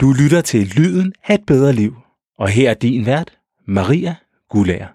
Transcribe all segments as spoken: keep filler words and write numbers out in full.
Du lytter til Lyden af et bedre liv. Og her er din vært, Maria Guldager.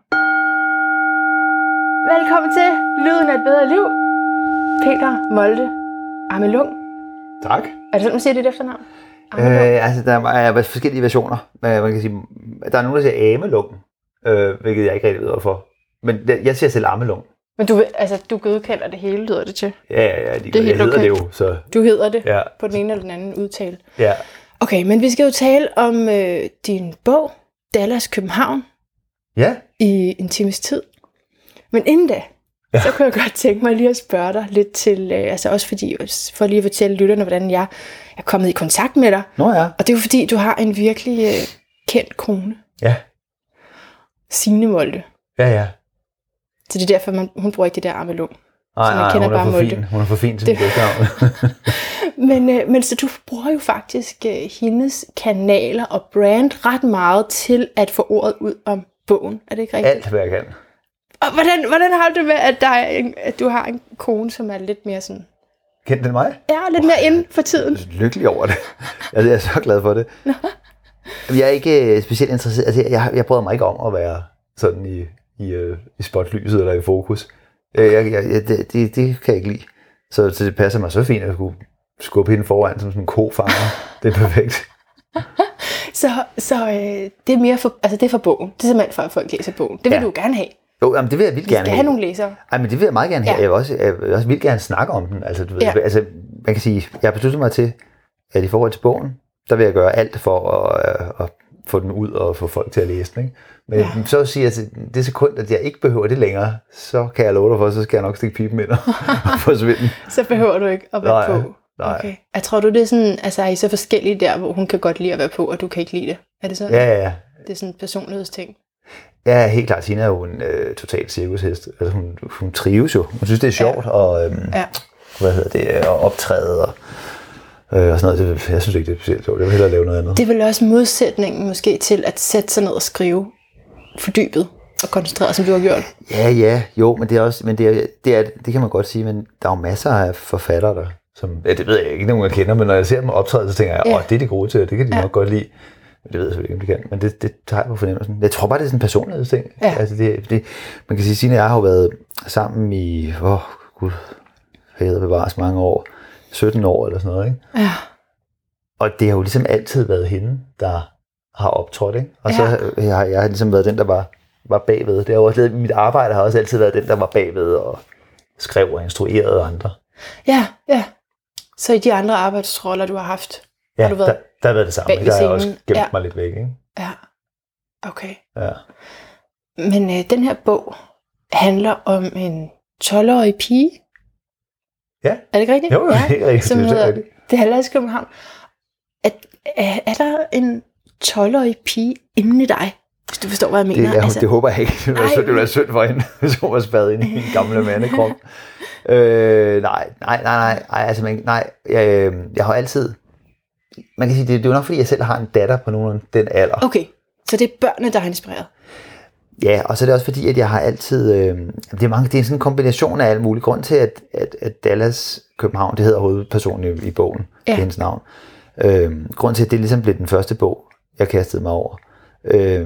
Velkommen til Lyden af et bedre liv. Peter Molde Amelung. Tak. Er det sådan, man siger dit efternavn? Øh, altså, der er forskellige versioner. Man kan sige, der er nogen, der siger Amelung, øh, hvilket jeg ikke rigtig ved hvorfor. Men jeg siger selv Amelung. Men du, altså, du godkender det hele, lyder det til? Ja, ja, de, det er jeg hedder okay. det jo. Så. Du hedder det ja. På den ene eller den anden udtale. Ja. Okay, men vi skal jo tale om øh, din bog, Dallas København, ja. i en times tid. Men inden da, ja. så kunne jeg godt tænke mig lige at spørge dig lidt til, øh, altså også fordi, for lige at fortælle lytterne, hvordan jeg er kommet i kontakt med dig. Nå ja. Og det er jo fordi, du har en virkelig øh, kendt kone. Ja. Signe Molde. Ja, ja. Så det er derfor, man, hun bruger ikke det der Amelung. Nej, nej, hun er, bare for fin. hun er for fin til det. men, øh, men så du bruger jo faktisk øh, hendes kanaler og brand ret meget til at få ordet ud om bogen. Er det ikke rigtigt? Alt, hvad jeg kan. Og hvordan, hvordan har du det med, at, der er en, at du har en kone, som er lidt mere sådan... Kendt den mig? Ja, lidt mere inde for tiden. Jeg er lykkelig over det. Jeg er så glad for det. Jeg er ikke specielt interesseret. Altså, jeg, jeg bryder mig ikke om at være sådan i, i, i spotlyset eller i fokus. Jeg, jeg, jeg, det, det, det kan jeg ikke lide. Så, så det passer mig så fint, at jeg skulle skubbe hende foran som sådan en kofanger. Det er perfekt. så så øh, det er mere for, altså det er for bogen. Det er simpelthen for, at folk læser bogen. Det vil ja. du gerne have. Jo, jamen, det vil jeg vildt gerne have. Vi skal have nogle læsere. Ej, men det vil jeg meget gerne have. Ja. Jeg, vil også, jeg vil også vildt gerne snakke om den. Altså, du ved, ja. altså, man kan sige, jeg har besluttet mig til, at i forhold til bogen, der vil jeg gøre alt for at, at, at få den ud og få folk til at læse den. Ikke? Men ja. så siger jeg, at det sekund, at jeg ikke behøver det længere, så kan jeg love dig for, så skal jeg nok stikke pipen ind og forsvinde. Så behøver du ikke at være nej, på. Nej. Okay. Jeg tror du, det er sådan, altså er I så forskellige der, hvor hun kan godt lide at være på, og du kan ikke lide det? Er det sådan? Ja, ja, ja. Det er sådan en personlighedsting. Ja, helt klart. Tina er jo en øh, total cirkushest. Altså, hun, hun trives jo. Hun synes, det er sjovt ja. at, øhm, ja. hvad hedder det, at optræde og, øh, og sådan noget. Det, jeg synes ikke, det er specielt sjovt. Jeg vil hellere lave noget andet. Det er vel også modsætningen måske til at sætte sig ned og skrive fordybet og koncentrere, som du har gjort. Ja, ja. Jo, men det er også, men det, er, det, er, det kan man godt sige, men der er jo masser af forfattere, der, som, ja, det ved jeg ikke, nogen jeg kender, men når jeg ser dem optræde, så tænker jeg, åh, ja. det er de gode til, det kan de ja. nok godt lide. Det ved jeg selvfølgelig ikke, om de kan, men det, det tager jeg på fornemmelsen. Jeg tror bare, det er sådan en personlighedsting. Ja. Altså det, det, man kan sige, at Signe og jeg har jo været sammen i, åh oh, gud, fader bevares mange år, sytten år eller sådan noget, ikke? Ja. Og det har jo ligesom altid været hende, der har optrådt, ikke? Og ja. så har jeg, jeg har ligesom været den, der var, var bagved. Det har jo også, mit arbejde har også altid været den, der var bagved og skrev og instruerede andre. Ja, ja. Så i de andre arbejdsroller, du har haft, ja, har du været der, der har været det samme. Der har jeg også gemt ja. mig lidt væk, ikke? Ja, okay. Ja. Men øh, den her bog handler om en tolv-årig pige. Ja. Er det ikke rigtigt? Jo, jo, ja, det er rigtigt. Som det er hedder rigtigt. Dallas København. Er, er, er der en tolv-årig pige inde i dig? Hvis du forstår, hvad jeg mener. Det, jeg, altså, det håber jeg ikke. Det ville være, være synd for hende, hvis hun var spadet ind i en gamle mandekrop. øh, nej, nej, nej, nej, nej, altså, man, nej. Jeg, jeg har altid... Man kan sige, det, det er jo nok, fordi jeg selv har en datter på nogen den alder. Okay, så det er børnene, der har inspireret? Ja, og så er det også fordi, at jeg har altid... Øh, det, er mange, det er sådan en kombination af alt muligt. Grund til, at, at, at Dallas København, det hedder hovedpersonen i, i bogen, ja. hendes navn. Øh, grund til, at det ligesom blev den første bog, jeg kastede mig over, øh,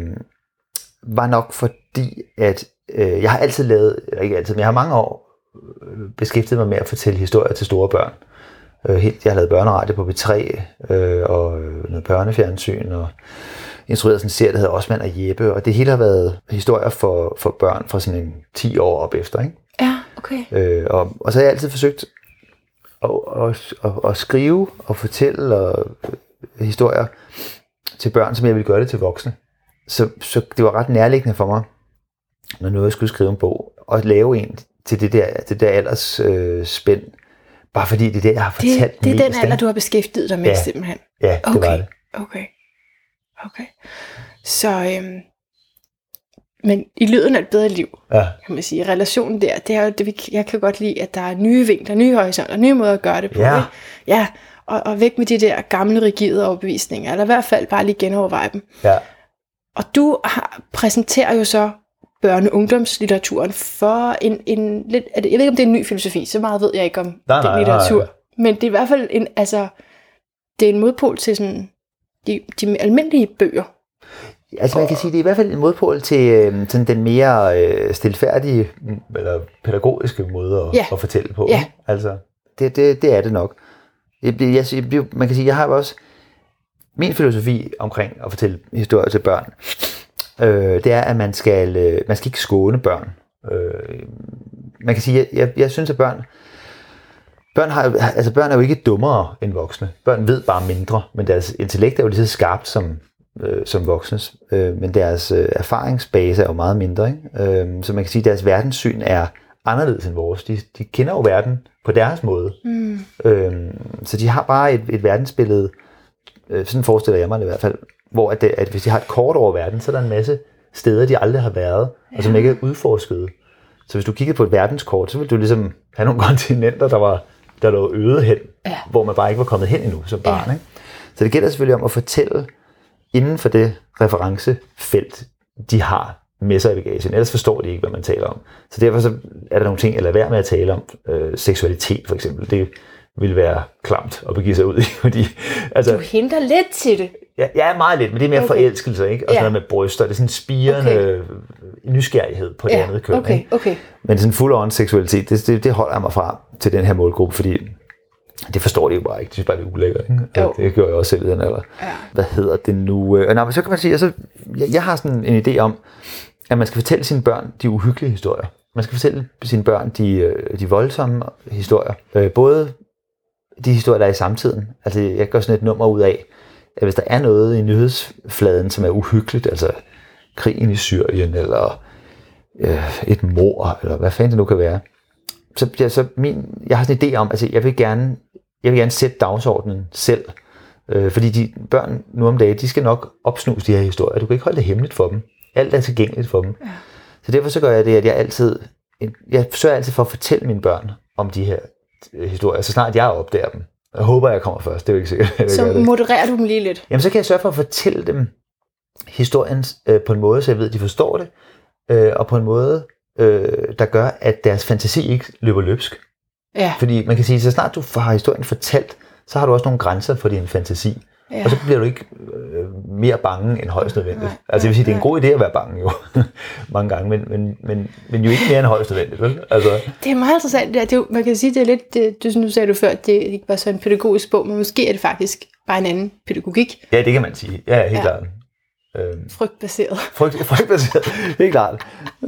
var nok fordi, at øh, jeg har altid lavet, eller ikke altid, men jeg har mange år øh, beskæftiget mig med at fortælle historier til store børn. Øh, jeg har lavet børneradio på B tre, øh, og noget børnefjernsyn, og instrueret sådan en serie, der hedder Osman og Jeppe, og det hele har været historier for, for børn fra sådan en ti år op efter, ikke? Ja, okay. Øh, og, og så har jeg altid forsøgt at, at, at, at skrive og fortælle og, uh, historier til børn, som jeg ville gøre det til voksne. Så, så det var ret nærliggende for mig, når nu jeg skulle skrive en bog, at lave en til det der, det der alders øh, spænd, bare fordi det er det, jeg har fortalt det, det er mest, den alder, du har beskæftiget dig med, ja. simpelthen? Ja, det okay. var det. Okay. Okay. Så, øhm, men i lyden af et bedre liv, ja. kan man sige, relationen der, det er jo det, jeg kan godt lide, at der er nye vinkler, nye horisonter, nye måder at gøre det på. Ja. Ikke? Ja, og, og væk med de der gamle, rigide overbevisninger, eller i hvert fald bare lige genoverveje dem. Ja. Og du har, præsenterer jo så børne- og ungdomslitteraturen for en, en lidt, jeg ved ikke om det er en ny filosofi, så meget ved jeg ikke om nej, den nej, litteratur, nej. men det er i hvert fald en, altså, det er en modpol til sådan de, de almindelige bøger. Altså man kan sige, det er i hvert fald en modpol til øh, sådan den mere øh, stilfærdige eller pædagogiske måde at, ja. at fortælle på. Ja. Altså, det, det, det er det nok. Jeg, jeg, jeg, man kan sige, jeg har også min filosofi omkring at fortælle historier til børn. Øh, det er, at man skal, øh, man skal ikke skåne børn. Øh, man kan sige, jeg, jeg, jeg synes, at børn Børn, har, altså børn er jo ikke dummere end voksne. Børn ved bare mindre, men deres intellekt er jo lige så skarpt som, øh, som voksnes. Øh, men deres øh, erfaringsbase er jo meget mindre. Ikke? Øh, så man kan sige, at deres verdenssyn er anderledes end vores. De, de kender jo verden på deres måde. Mm. Øh, så de har bare et, et verdensbillede, øh, sådan forestiller jeg mig det i hvert fald, hvor at, det, at hvis de har et kort over verden, så er der en masse steder, de aldrig har været, ja. Og som ikke er udforsket. Så hvis du kiggede på et verdenskort, så ville du ligesom have nogle kontinenter, der var der lå øde hen, ja. Hvor man bare ikke var kommet hen endnu som barn. Ja. Ikke? Så det gælder selvfølgelig om at fortælle inden for det referencefelt, de har med sig i bagagen. Ellers forstår de ikke, hvad man taler om. Så derfor så er der nogle ting, jeg lader være med at tale om. Øh, seksualitet for eksempel, det vil være klamt at begive sig ud i. Fordi, altså, du henter lidt til det. Ja, ja, meget lidt, men det er mere okay. Forelskelse, ikke? Og sådan ja. Noget med bryster. Det er sådan en spirende okay. nysgerrighed på det ja. Andet køn. Okay. Ikke? Okay. Men sådan full-on seksualitet, det, det, det holder jeg mig fra til den her målgruppe, fordi det forstår de jo bare ikke. De synes bare, det er ulækkert. Ikke? Altså, det gør jeg også selv i den alder. Ja. Hvad hedder det nu? Øh, nej, men så kan man sige, altså, jeg, jeg har sådan en idé om, at man skal fortælle sine børn de uhyggelige historier. Man skal fortælle sine børn de, de voldsomme historier. Øh, både de historier, der er i samtiden. Altså, jeg gør sådan et nummer ud af, at hvis der er noget i nyhedsfladen, som er uhyggeligt, altså krigen i Syrien, eller øh, et mord, eller hvad fanden det nu kan være, så, ja, så min, jeg har sådan en idé om, altså jeg vil gerne, jeg vil gerne sætte dagsordenen selv, øh, fordi de børn nu om dagen, de skal nok opsnuse de her historier. Du kan ikke holde det hemmeligt for dem. Alt er tilgængeligt for dem. Ja. Så derfor så gør jeg det, at jeg altid, jeg forsøger altid for at fortælle mine børn om de her historier, så snart jeg opdager dem. Jeg håber, jeg kommer først. Det er jo ikke sikkert. Så modererer du dem lige lidt? Jamen, så kan jeg sørge for at fortælle dem historien øh, på en måde, så jeg ved, at de forstår det, øh, og på en måde, øh, der gør, at deres fantasi ikke løber løbsk. Ja. Fordi man kan sige, så snart du har historien fortalt, så har du også nogle grænser for din fantasi. Ja. Og så bliver du ikke øh, mere bange end højst nødvendigt. Nej, altså, jeg vil sige, det er en god idé at være bange jo, mange gange, men, men, men, men jo ikke mere end højst nødvendigt, vel? Altså. Det er meget interessant. Det er, jo, man kan sige, det er lidt, det, du, nu sagde du før, at det ikke var så en pædagogisk bog, men måske er det faktisk bare en anden pædagogik. Ja, det kan man sige. Ja, helt ja. Klart. Øhm, frygtbaseret. Frygt, frygtbaseret, helt klart.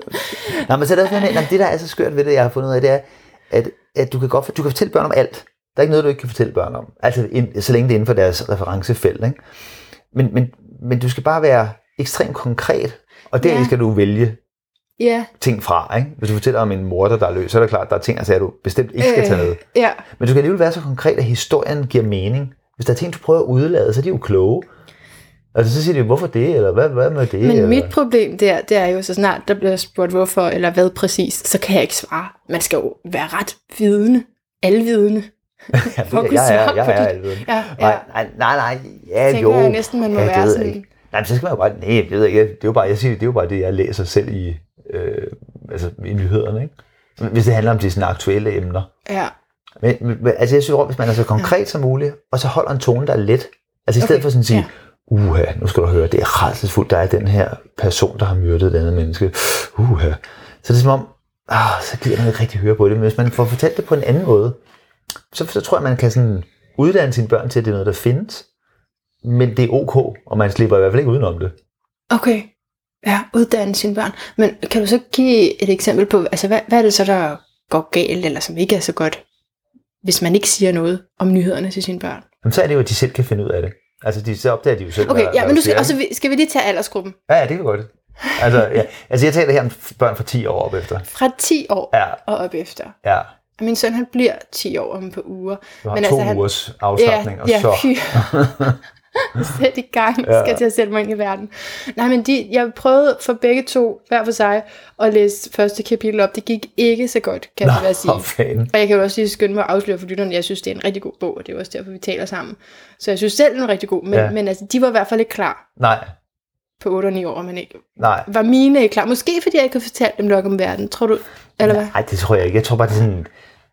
Nå, men så er der sådan, det, der er så skørt ved det, jeg har fundet ud af, det er, at, at du kan godt du kan fortælle børn om alt. Der er ikke noget, du ikke kan fortælle børn om. Altså, ind, så længe det er inden for deres referencefelt. Ikke? Men, men, men du skal bare være ekstremt konkret, og der ja. Skal du vælge ja. Ting fra. Ikke? Hvis du fortæller om en morder, der er løs, så er det klart, at der er ting, altså, du bestemt ikke skal tage med. Ja. Men du skal alligevel være så konkret, at historien giver mening. Hvis der er ting, du prøver at udlade, så er de jo kloge. Altså, så siger de, hvorfor det, eller hvad, hvad med det? Men eller? Mit problem der, det er jo, så snart der bliver spurgt hvorfor, eller hvad præcis, så kan jeg ikke svare. Man skal jo være ret vidende, alvidende. Ja, det, jeg er, jeg er alvidende. Ja, ja. Nej, nej, nej, nej, ja, tænker jo. Jeg næsten, man må ja, være sådan. Ikke. Nej, men så skal man jo bare, nej, det ved jeg ikke, det er jo bare, jeg siger, det er jo bare det, jeg læser selv i, øh, altså, i nyhederne, ikke? Hvis det handler om de sådan aktuelle emner. Ja. Men, men altså, jeg synes, hvis man er så konkret ja. Som muligt, og så holder en tone, der er let, altså i stedet okay. For sådan at sige, ja. Uha, nu skal du høre, det er rædselsfuldt, der er den her person, der har myrdet denne menneske. Uha. Så det er som om, ah, så gider man ikke rigtig høre på det, men hvis man får fortalt det på en anden måde, så, så tror jeg, man kan sådan uddanne sine børn til, at det er noget, der findes, men det er ok, og man slipper i hvert fald ikke udenom det. Okay, ja, uddanne sine børn. Men kan du så give et eksempel på, altså hvad, hvad er det så, der går galt, eller som ikke er så godt, hvis man ikke siger noget om nyhederne til sine børn? Jamen, så er det jo, at de selv kan finde ud af det. Altså, de, så opdager de jo selv. Okay, hvad, ja, hvad men nu skal, og så skal vi lige tage aldersgruppen. Ja, ja, det kan godt. Altså, ja. altså, jeg taler her om børn fra ti år op efter. Fra ti år ja. Og op efter. Ja. Og min søn, han bliver ti år om på uger. Du har men to altså, han, ugers afslapning, ja, og så... Ja, sæt i gang, skal jeg til at sætte mig ind i verden. Nej, men de, jeg prøvede for begge to, hver for sig, at læse første kapitel op. Det gik ikke så godt, kan jeg være sige. Og jeg kan jo også lige skynde mig at afsløre for lytterne, jeg synes, det er en rigtig god bog, og det er også derfor, vi taler sammen. Så jeg synes selv, den er rigtig god, men, ja. men altså, de var i hvert fald ikke klar. Nej. På otte og ni år, men ikke. Nej. Var mine ikke klar? Måske fordi jeg ikke har fortalt dem nok om verden, tror du? Eller hvad? Nej, det tror jeg ikke. Jeg tror bare, det er sådan...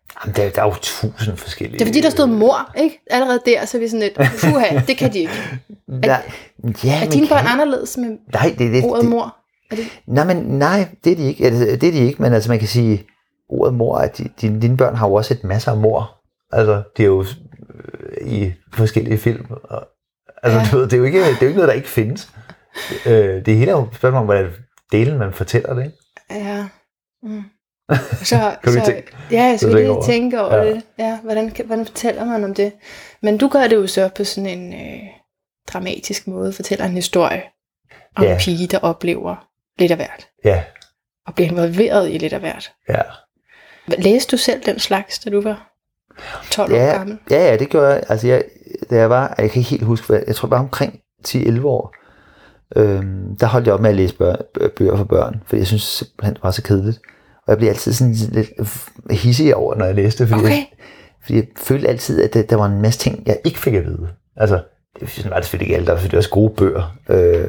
Jamen, der, der er jo tusind forskellige... Det er fordi, der stod mor, ikke? Allerede der, så er vi sådan lidt, puha, det kan de ikke. Er, nej, ja, er dine børn kan... anderledes med nej, det, det, ordet det, mor? Er det... Nej, men nej, det er de ikke. Det er de ikke, men altså man kan sige, ordet mor, at de, dine, dine børn har jo også et masser af mor. Altså, det er jo i forskellige film. Og, altså, ja. du ved, det er jo ikke, det er jo ikke noget, der ikke findes. Det hele er jo et spørgsmål om, hvordan delen man fortæller det, ikke? Ja. Mm. Så, så tænke, ja, jeg skulle lige over. tænke over ja. det. Ja, hvordan, hvordan fortæller man om det? Men du gør det jo så på sådan en øh, dramatisk måde, fortæller en historie om ja. en pige, der oplever lidt af hvert. Ja. Og bliver involveret i lidt af hvert. Ja. Læste du selv den slags, da du var tolv ja, år gammel? Ja, ja, det gjorde jeg. Altså, jeg, da jeg var, jeg kan ikke helt huske, hvad, jeg tror bare omkring ti elleve år, øhm, der holdt jeg op med at læse bør, bøger for børn, for jeg synes simpelthen, det var så kedeligt. Og jeg blev altid sådan lidt hissig over, når jeg læste, fordi, okay. jeg, fordi jeg følte altid, at der, der var en masse ting, jeg ikke fik at vide. Altså, det var det selvfølgelig ikke alt, der var selvfølgelig også gode bøger, øh,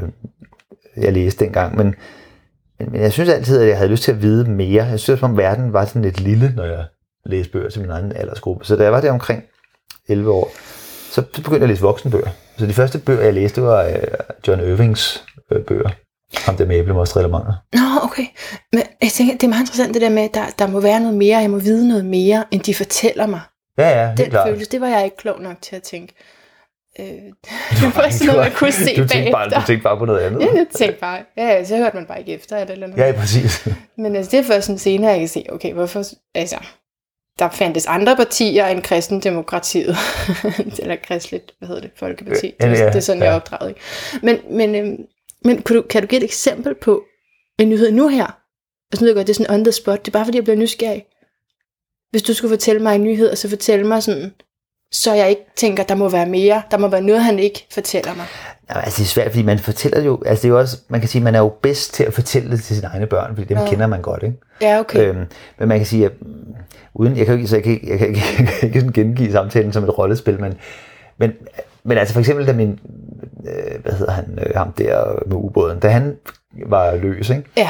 jeg læste dengang, men, men, men jeg synes altid, at jeg havde lyst til at vide mere. Jeg synes, at verden var sådan lidt lille, når jeg læste bøger til min egen aldersgruppe. Så da jeg var der omkring elleve år, så begyndte jeg at læse voksenbøger. Så de første bøger, jeg læste, var uh, John Irvings uh, bøger. Ham der med æblemost relevanter. Nå, okay. Men jeg tænker, det er meget interessant det der med, at der, der må være noget mere, jeg må vide noget mere, end de fortæller mig. Ja, ja, helt Den klart. følelse, det var jeg ikke klog nok til at tænke. Øh, det var sådan noget, man kunne se du tænkte, bare, du tænkte bare på noget andet. Ja, jeg tænkte bare, ja, så hørte man bare ikke efter. Eller eller noget. Ja, præcis. Men altså, det er først sådan senere, jeg kan se, okay, hvorfor, altså, der fandtes andre partier end kristendemokratiet, eller kristeligt, hvad hedder det, folkeparti. Ja, ja, det er sådan, ja. jeg er opdraget, ikke? Men, men, øhm, men kan, du, kan du give et eksempel på en nyhed nu her? Altså, nu ved jeg godt, det er sådan on the spot, det er bare fordi, jeg bliver nysgerrig. Hvis du skulle fortælle mig en nyhed, og så fortælle mig sådan, så jeg ikke tænker, der må være mere, der må være noget, han ikke fortæller mig. Ja, altså det er svært, fordi man fortæller jo, altså det er jo også, man kan sige, man er jo bedst til at fortælle det til sine egne børn, fordi dem ja. kender man godt, ikke? Ja, okay. Øhm, men man kan sige, at uden, jeg kan ikke, så jeg kan ikke, jeg kan ikke, jeg kan ikke sådan gengive samtalen som et rollespil, men, men, men altså for eksempel, da min, øh, hvad hedder han, øh, ham der med ubåden, da han var løs, ikke? Ja.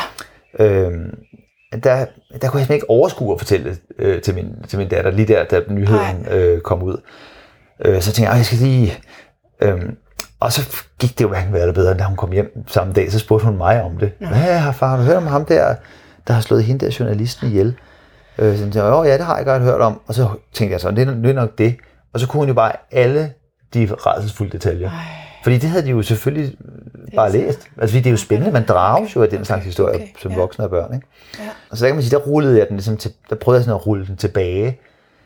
Øhm, der, der kunne jeg simpelthen ikke overskue at fortælle øh, til, min, til min datter, lige der, da nyheden øh, kom ud. Øh, så tænkte jeg, jeg skal lige... Øh, og så gik det jo hverken værre bedre, da hun kom hjem samme dag, så spurgte hun mig om det. Ja. Hvad har far, du hørt om ham der, der har slået hende der journalisten ihjel? Øh, så tænkte jeg, ja, det har jeg godt hørt om. Og så tænkte jeg så, det er, det er nok det. Og så kunne hun jo bare alle de rædselsfulde detaljer. Ej. Fordi det havde de jo selvfølgelig bare læst. Altså det er jo spændende, man drages jo af den slags historie okay, som ja. voksne og børn. Ikke? Ja. Og så der kan man sige, der rullede jeg den ligesom til, der prøvede jeg sådan at rulle den tilbage.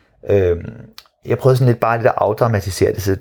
Øhm, jeg prøvede sådan lidt bare det der afdramatisere det, så,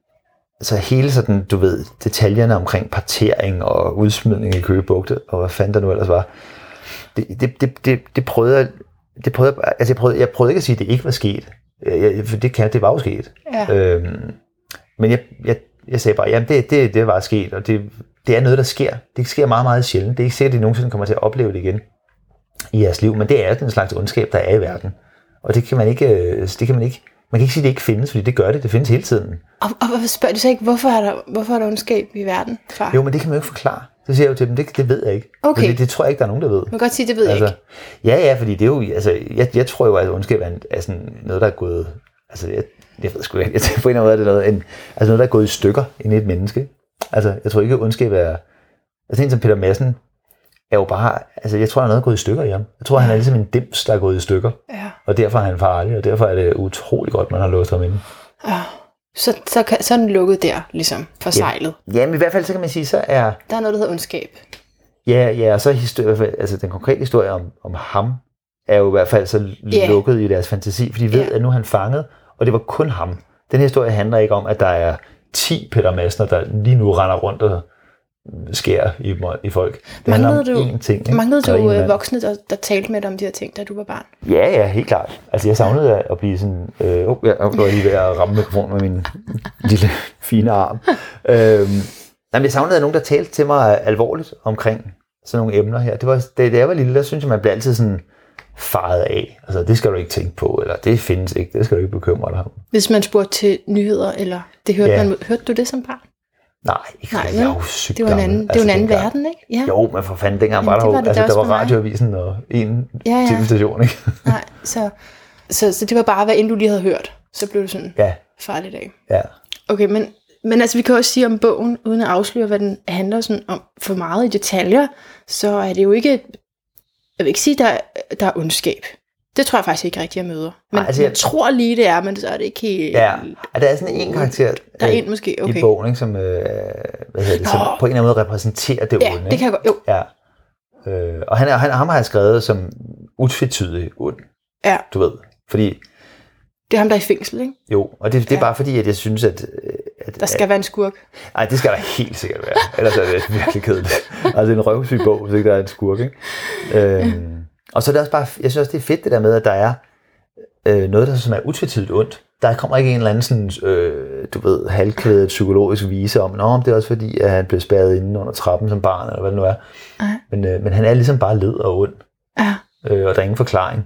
så hele sådan, du ved, detaljerne omkring partering og udsmidning i Køge Bugte, og hvad fanden der nu ellers var. Det, det, det, det, det prøvede jeg, det prøvede, altså jeg prøvede, jeg prøvede ikke at sige, at det ikke var sket. Jeg, for det kan, det var jo sket. Ja. Øhm, men jeg, jeg Jeg sagde bare, jamen det, det, det var sket, og det, det er noget, der sker. Det sker meget, meget sjældent. Det er ikke sikkert, at de nogensinde kommer til at opleve det igen i jeres liv, men det er den slags ondskab, der er i verden. Og det kan man ikke, det kan man ikke, man kan ikke sige, at det ikke findes, fordi det gør det. Det findes hele tiden. Og, og hvorfor spørger du så ikke, hvorfor er der, hvorfor er der ondskab i verden, far? Jo, men det kan man jo ikke forklare. Så siger jeg jo til dem, det, det ved jeg ikke. Okay. Det, det tror jeg ikke, der er nogen, der ved. Man kan godt sige, det ved jeg altså, ikke. Ja, ja, fordi det er jo, altså, jeg, jeg tror jo, at ondskab er, er sådan noget, der er gået, altså, jeg, jeg ved sgu ikke, jeg tænker på en eller anden måde, det er noget, en, altså noget, der er gået i stykker ind i et menneske. Altså, jeg tror ikke, at ondskab er, altså en som Peter Madsen, er jo bare, altså jeg tror, der er noget, der er gået i stykker i ham. Jeg tror, han er ligesom en dims, der er gået i stykker. Ja. Og derfor er han farlig, og derfor er det utrolig godt, man har låst ham inde. Ja. Så, så, kan, så er den lukket der, ligesom, forsejlet. Ja, men i hvert fald, så kan man sige, så er... Der er noget, der hedder ondskab. Ja, ja, og så historie, altså den konkrete historie om, om ham, er jo i hvert fald så yeah. lukket i deres fantasi, for de ved, yeah. at nu er han fanget, og det var kun ham. Den historie handler ikke om, at der er ti Peter Madsener, der lige nu render rundt og skærer i, i folk. Det manglede handler om du, én ting. Ikke? Manglede du øh, voksne, der, der talte med dig om de her ting, da du var barn? Ja, ja, helt klart. Altså jeg savnede at blive sådan, øh, oh, jeg var lige ved at ramme mikrofonen med min lille fine arm. øhm, nej, jeg savnede at nogen, der talte til mig alvorligt omkring sådan nogle emner her. Det var, da, da jeg var lille, der synes jeg, man blev altid sådan faret af. Altså, det skal du ikke tænke på, eller det findes ikke, det skal du ikke bekymre dig om. Hvis man spurgte til nyheder, eller det hørte ja. man, hørte du det som barn? Nej, ikke Nej, jeg er jo sygt det var en anden, altså, det var en anden verden, ikke? Ja. Jo, men for fanden, dengang var der jo, altså, der var radioavisen og en ja, ja. tv-station, ikke? Nej, så, Så, så det var bare, hvad end du lige havde hørt. Så blev det sådan ja. farligt af. Ja. Okay, men, men altså, vi kan også sige om bogen, uden at afsløre, hvad den handler sådan om for meget i detaljer, så er det jo ikke, jeg vil ikke sige, der, der er ondskab. Det tror jeg faktisk ikke rigtig, jeg møder. Men Ej, altså, jeg, jeg tror lige, det er, men så er det ikke helt... Ja, der er sådan en karakter der er en, måske, okay. i bogen, ikke, som, øh, hvad hedder det, som på en eller anden måde repræsenterer det ja, onde. Ja, det kan jeg godt, jo. Ja. Øh, og han, er, han, ham har jeg skrevet som utvetydig ond. Ja. Du ved, fordi... Det er ham, der er i fængsel, ikke? Jo, og det, det er ja. bare fordi, at jeg synes, at... at der skal at, være en skurk. Nej, det skal der helt sikkert være. Ellers er det virkelig kedeligt. Altså en røvsyg bog, hvis ikke der er en skurk, ikke? Øhm, og så er det også bare... Jeg synes også, det er fedt det der med, at der er øh, noget, der som er utvetydigt ondt. Der kommer ikke en eller anden sådan, øh, du ved, halvkvædet psykologisk vise om, nå, det er også fordi, at han blev spærret inde under trappen som barn, eller hvad det nu er. Ja. Men, øh, men han er ligesom bare led og ond. Ja. Øh, og der er ingen forklaring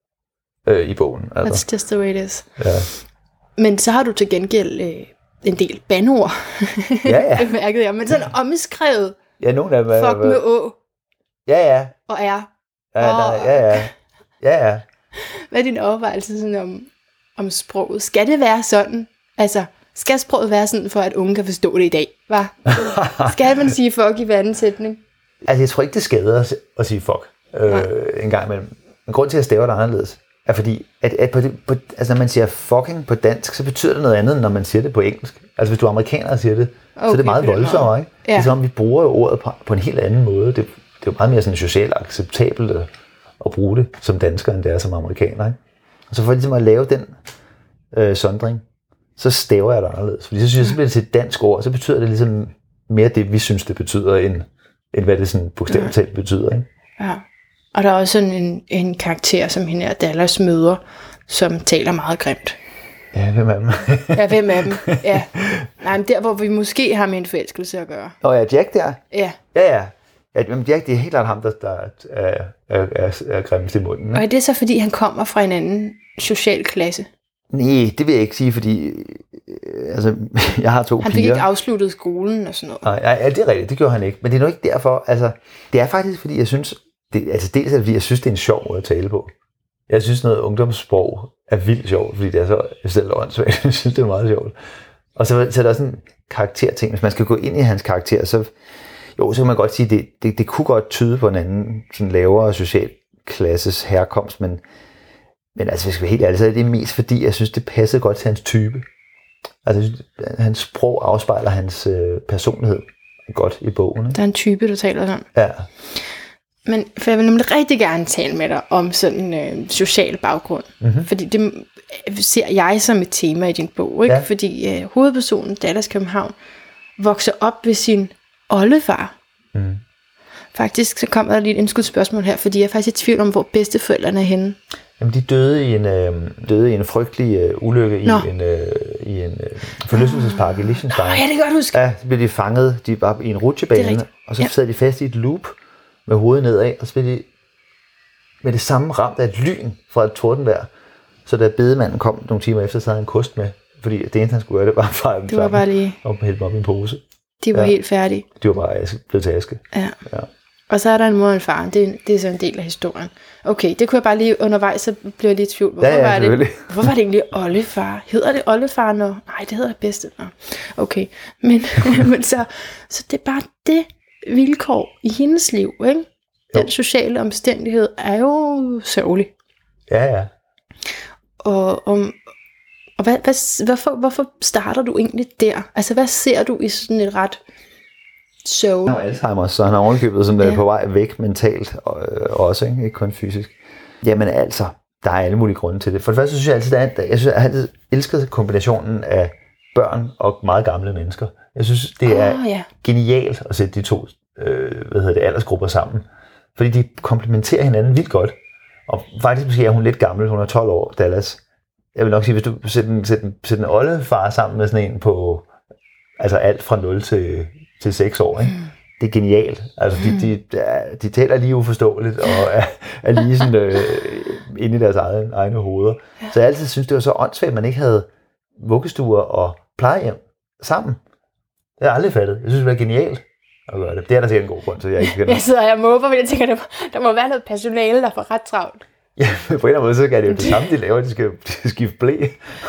øh, i bogen. Altså. That's just the way it is. Ja. Men så har du til gengæld øh, en del bandord. Ja, ja. Det mærkede jeg. Men sådan omskrevet. Ja, nogle af dem er... Fuck med å. Ja, ja. Og er. Ja, og, nej, ja, ja. Ja, ja. Hvad er din overvejelse sådan om, om sproget? Skal det være sådan? Altså, skal sproget være sådan, for at unge kan forstå det i dag? Hva? Skal man sige fuck i hver anden sætning? Altså, jeg tror ikke, det skader at, at sige fuck øh, en gang imellem. Men grund til, at jeg staver det anderledes, er fordi, at, at på det, på, altså, når man siger fucking på dansk, så betyder det noget andet, end når man siger det på engelsk. Altså, hvis du er amerikaner og siger det, okay, så er det meget voldsommere, ikke? Ja. Det er som om, vi bruger ordet på, på en helt anden måde. Det, det er jo meget mere sådan socialt acceptabelt at, at bruge det som dansker, end det er som amerikaner, ikke? Og så for ligesom at lave den øh, sondring, så staver jeg det anderledes. Fordi så synes jeg, så bliver det til et dansk ord, så betyder det ligesom mere det, vi synes, det betyder, end, end hvad det sådan bogstaveligt talt betyder, ikke? Ja. Og der er også sådan en, en karakter, som hende her Dallas møder, som taler meget grimt. Ja, hvem af dem? ja, hvem af dem? Ja. Nej, men der, hvor vi måske har med en forelskelse at gøre. Åh, ja, Jack der? Ja. Ja, ja. Ja, men Jack, det er helt klart ham, der, der er, er, er, er grimmest i munden. Ikke? Og er det så, fordi han kommer fra en anden social klasse? Nej, det vil jeg ikke sige, fordi øh, altså, jeg har to piger. Han fik piger. Ikke afsluttet skolen og sådan noget. Nej, ja, det er rigtigt, det gjorde han ikke. Men det er nok ikke derfor. Altså, det er faktisk, fordi jeg synes, det, altså dels er det, fordi jeg synes, det er en sjov måde at tale på. Jeg synes, noget ungdomssprog er vildt sjovt, fordi det er så selv åndssvagt. Jeg synes, det er meget sjovt. Og så, så er der også en karakterting. Hvis man skal gå ind i hans karakter, så, jo, så kan man godt sige, det, det, det kunne godt tyde på en anden sådan lavere social klasses herkomst, men Men altså, hvis jeg skal være helt ærlig, så er det mest fordi, jeg synes, det passer godt til hans type. Altså, hans sprog afspejler hans øh, personlighed godt i bogen. Ikke? Der er en type, der taler sådan. Ja. Men for jeg vil nemlig rigtig gerne tale med dig om sådan en øh, social baggrund. Mm-hmm. Fordi det ser jeg som et tema i din bog. Ikke? Ja. Fordi øh, hovedpersonen, Dallas København, vokser op ved sin oldefar. Mm. Faktisk så kommer der lige et indskudt spørgsmål her, fordi jeg er faktisk i tvivl om, hvor bedsteforældrene er henne. Jamen, de døde i en, øh, døde i en frygtelig øh, ulykke i en, øh, i en øh, forlystelsespark i Liechtenstein. Ja, det kan godt huske. Ja, så blev de fanget de var i en rutsjebane, og så ja. sad de fast i et loop med hovedet nedad, og så blev de med det samme ramt af et lyn fra et tordenvejr. Så da bedemanden kom nogle timer efter, så havde han en kost med, fordi det eneste, han skulle gøre, det var at fejre dem det var sammen, bare lige... og hælde dem op i en pose. De var ja. helt færdige. De var bare aske, blevet til aske. Ja. ja. Og så er der en mor og en far. Det, det er så en del af historien. Okay, det kunne jeg bare lige undervejs, så blev jeg lige i tvivl. Hvorfor, ja, ja, var det, hvorfor var det egentlig oldefar? Hedder det oldefar nu? Nej, det hedder bedste. Nå. Okay, men, men så, så det er bare det vilkår i hendes liv, ikke? Den jo. Sociale omstændighed er jo sørgelig. Ja, ja. Og, og, og hvad, hvad, hvorfor, hvorfor starter du egentlig der? Altså, hvad ser du i sådan et ret... So. Han har Alzheimer, så han har ovenkøbet sådan ja. på vej væk mentalt og, øh, også, ikke? Ikke kun fysisk. Jamen altså, der er alle mulige grunde til det. For det første synes jeg altid, at jeg, synes, jeg har altid elsket kombinationen af børn og meget gamle mennesker. Jeg synes, det er oh, ja. genialt at sætte de to øh, hvad hedder det, aldersgrupper sammen. Fordi de komplementerer hinanden vildt godt. Og faktisk måske er hun lidt gammel, hun er tolv år, Dallas. Jeg vil nok sige, hvis du sætter en, sætter en, sætter en oldefar sammen med sådan en på altså alt fra nul til til seks år, ikke? Mm. Det er genialt. Altså, de, de, de taler lige uforståeligt, og er, er lige sådan øh, inde i deres egne, egne hoveder. Ja. Så jeg altid synes, det var så åndssvagt, at man ikke havde vuggestuer og plejehjem sammen. Det har jeg aldrig fattet. Jeg synes, det var genialt at gøre det. Det er der sikkert en god grund til, jeg ikke kan. Jeg sidder og jeg måber, fordi jeg tænker, der må, der må være noget personale, der får ret travlt. Ja, på en eller anden måde, så er det jo det samme, de laver. De skal, de skal skifte blæ,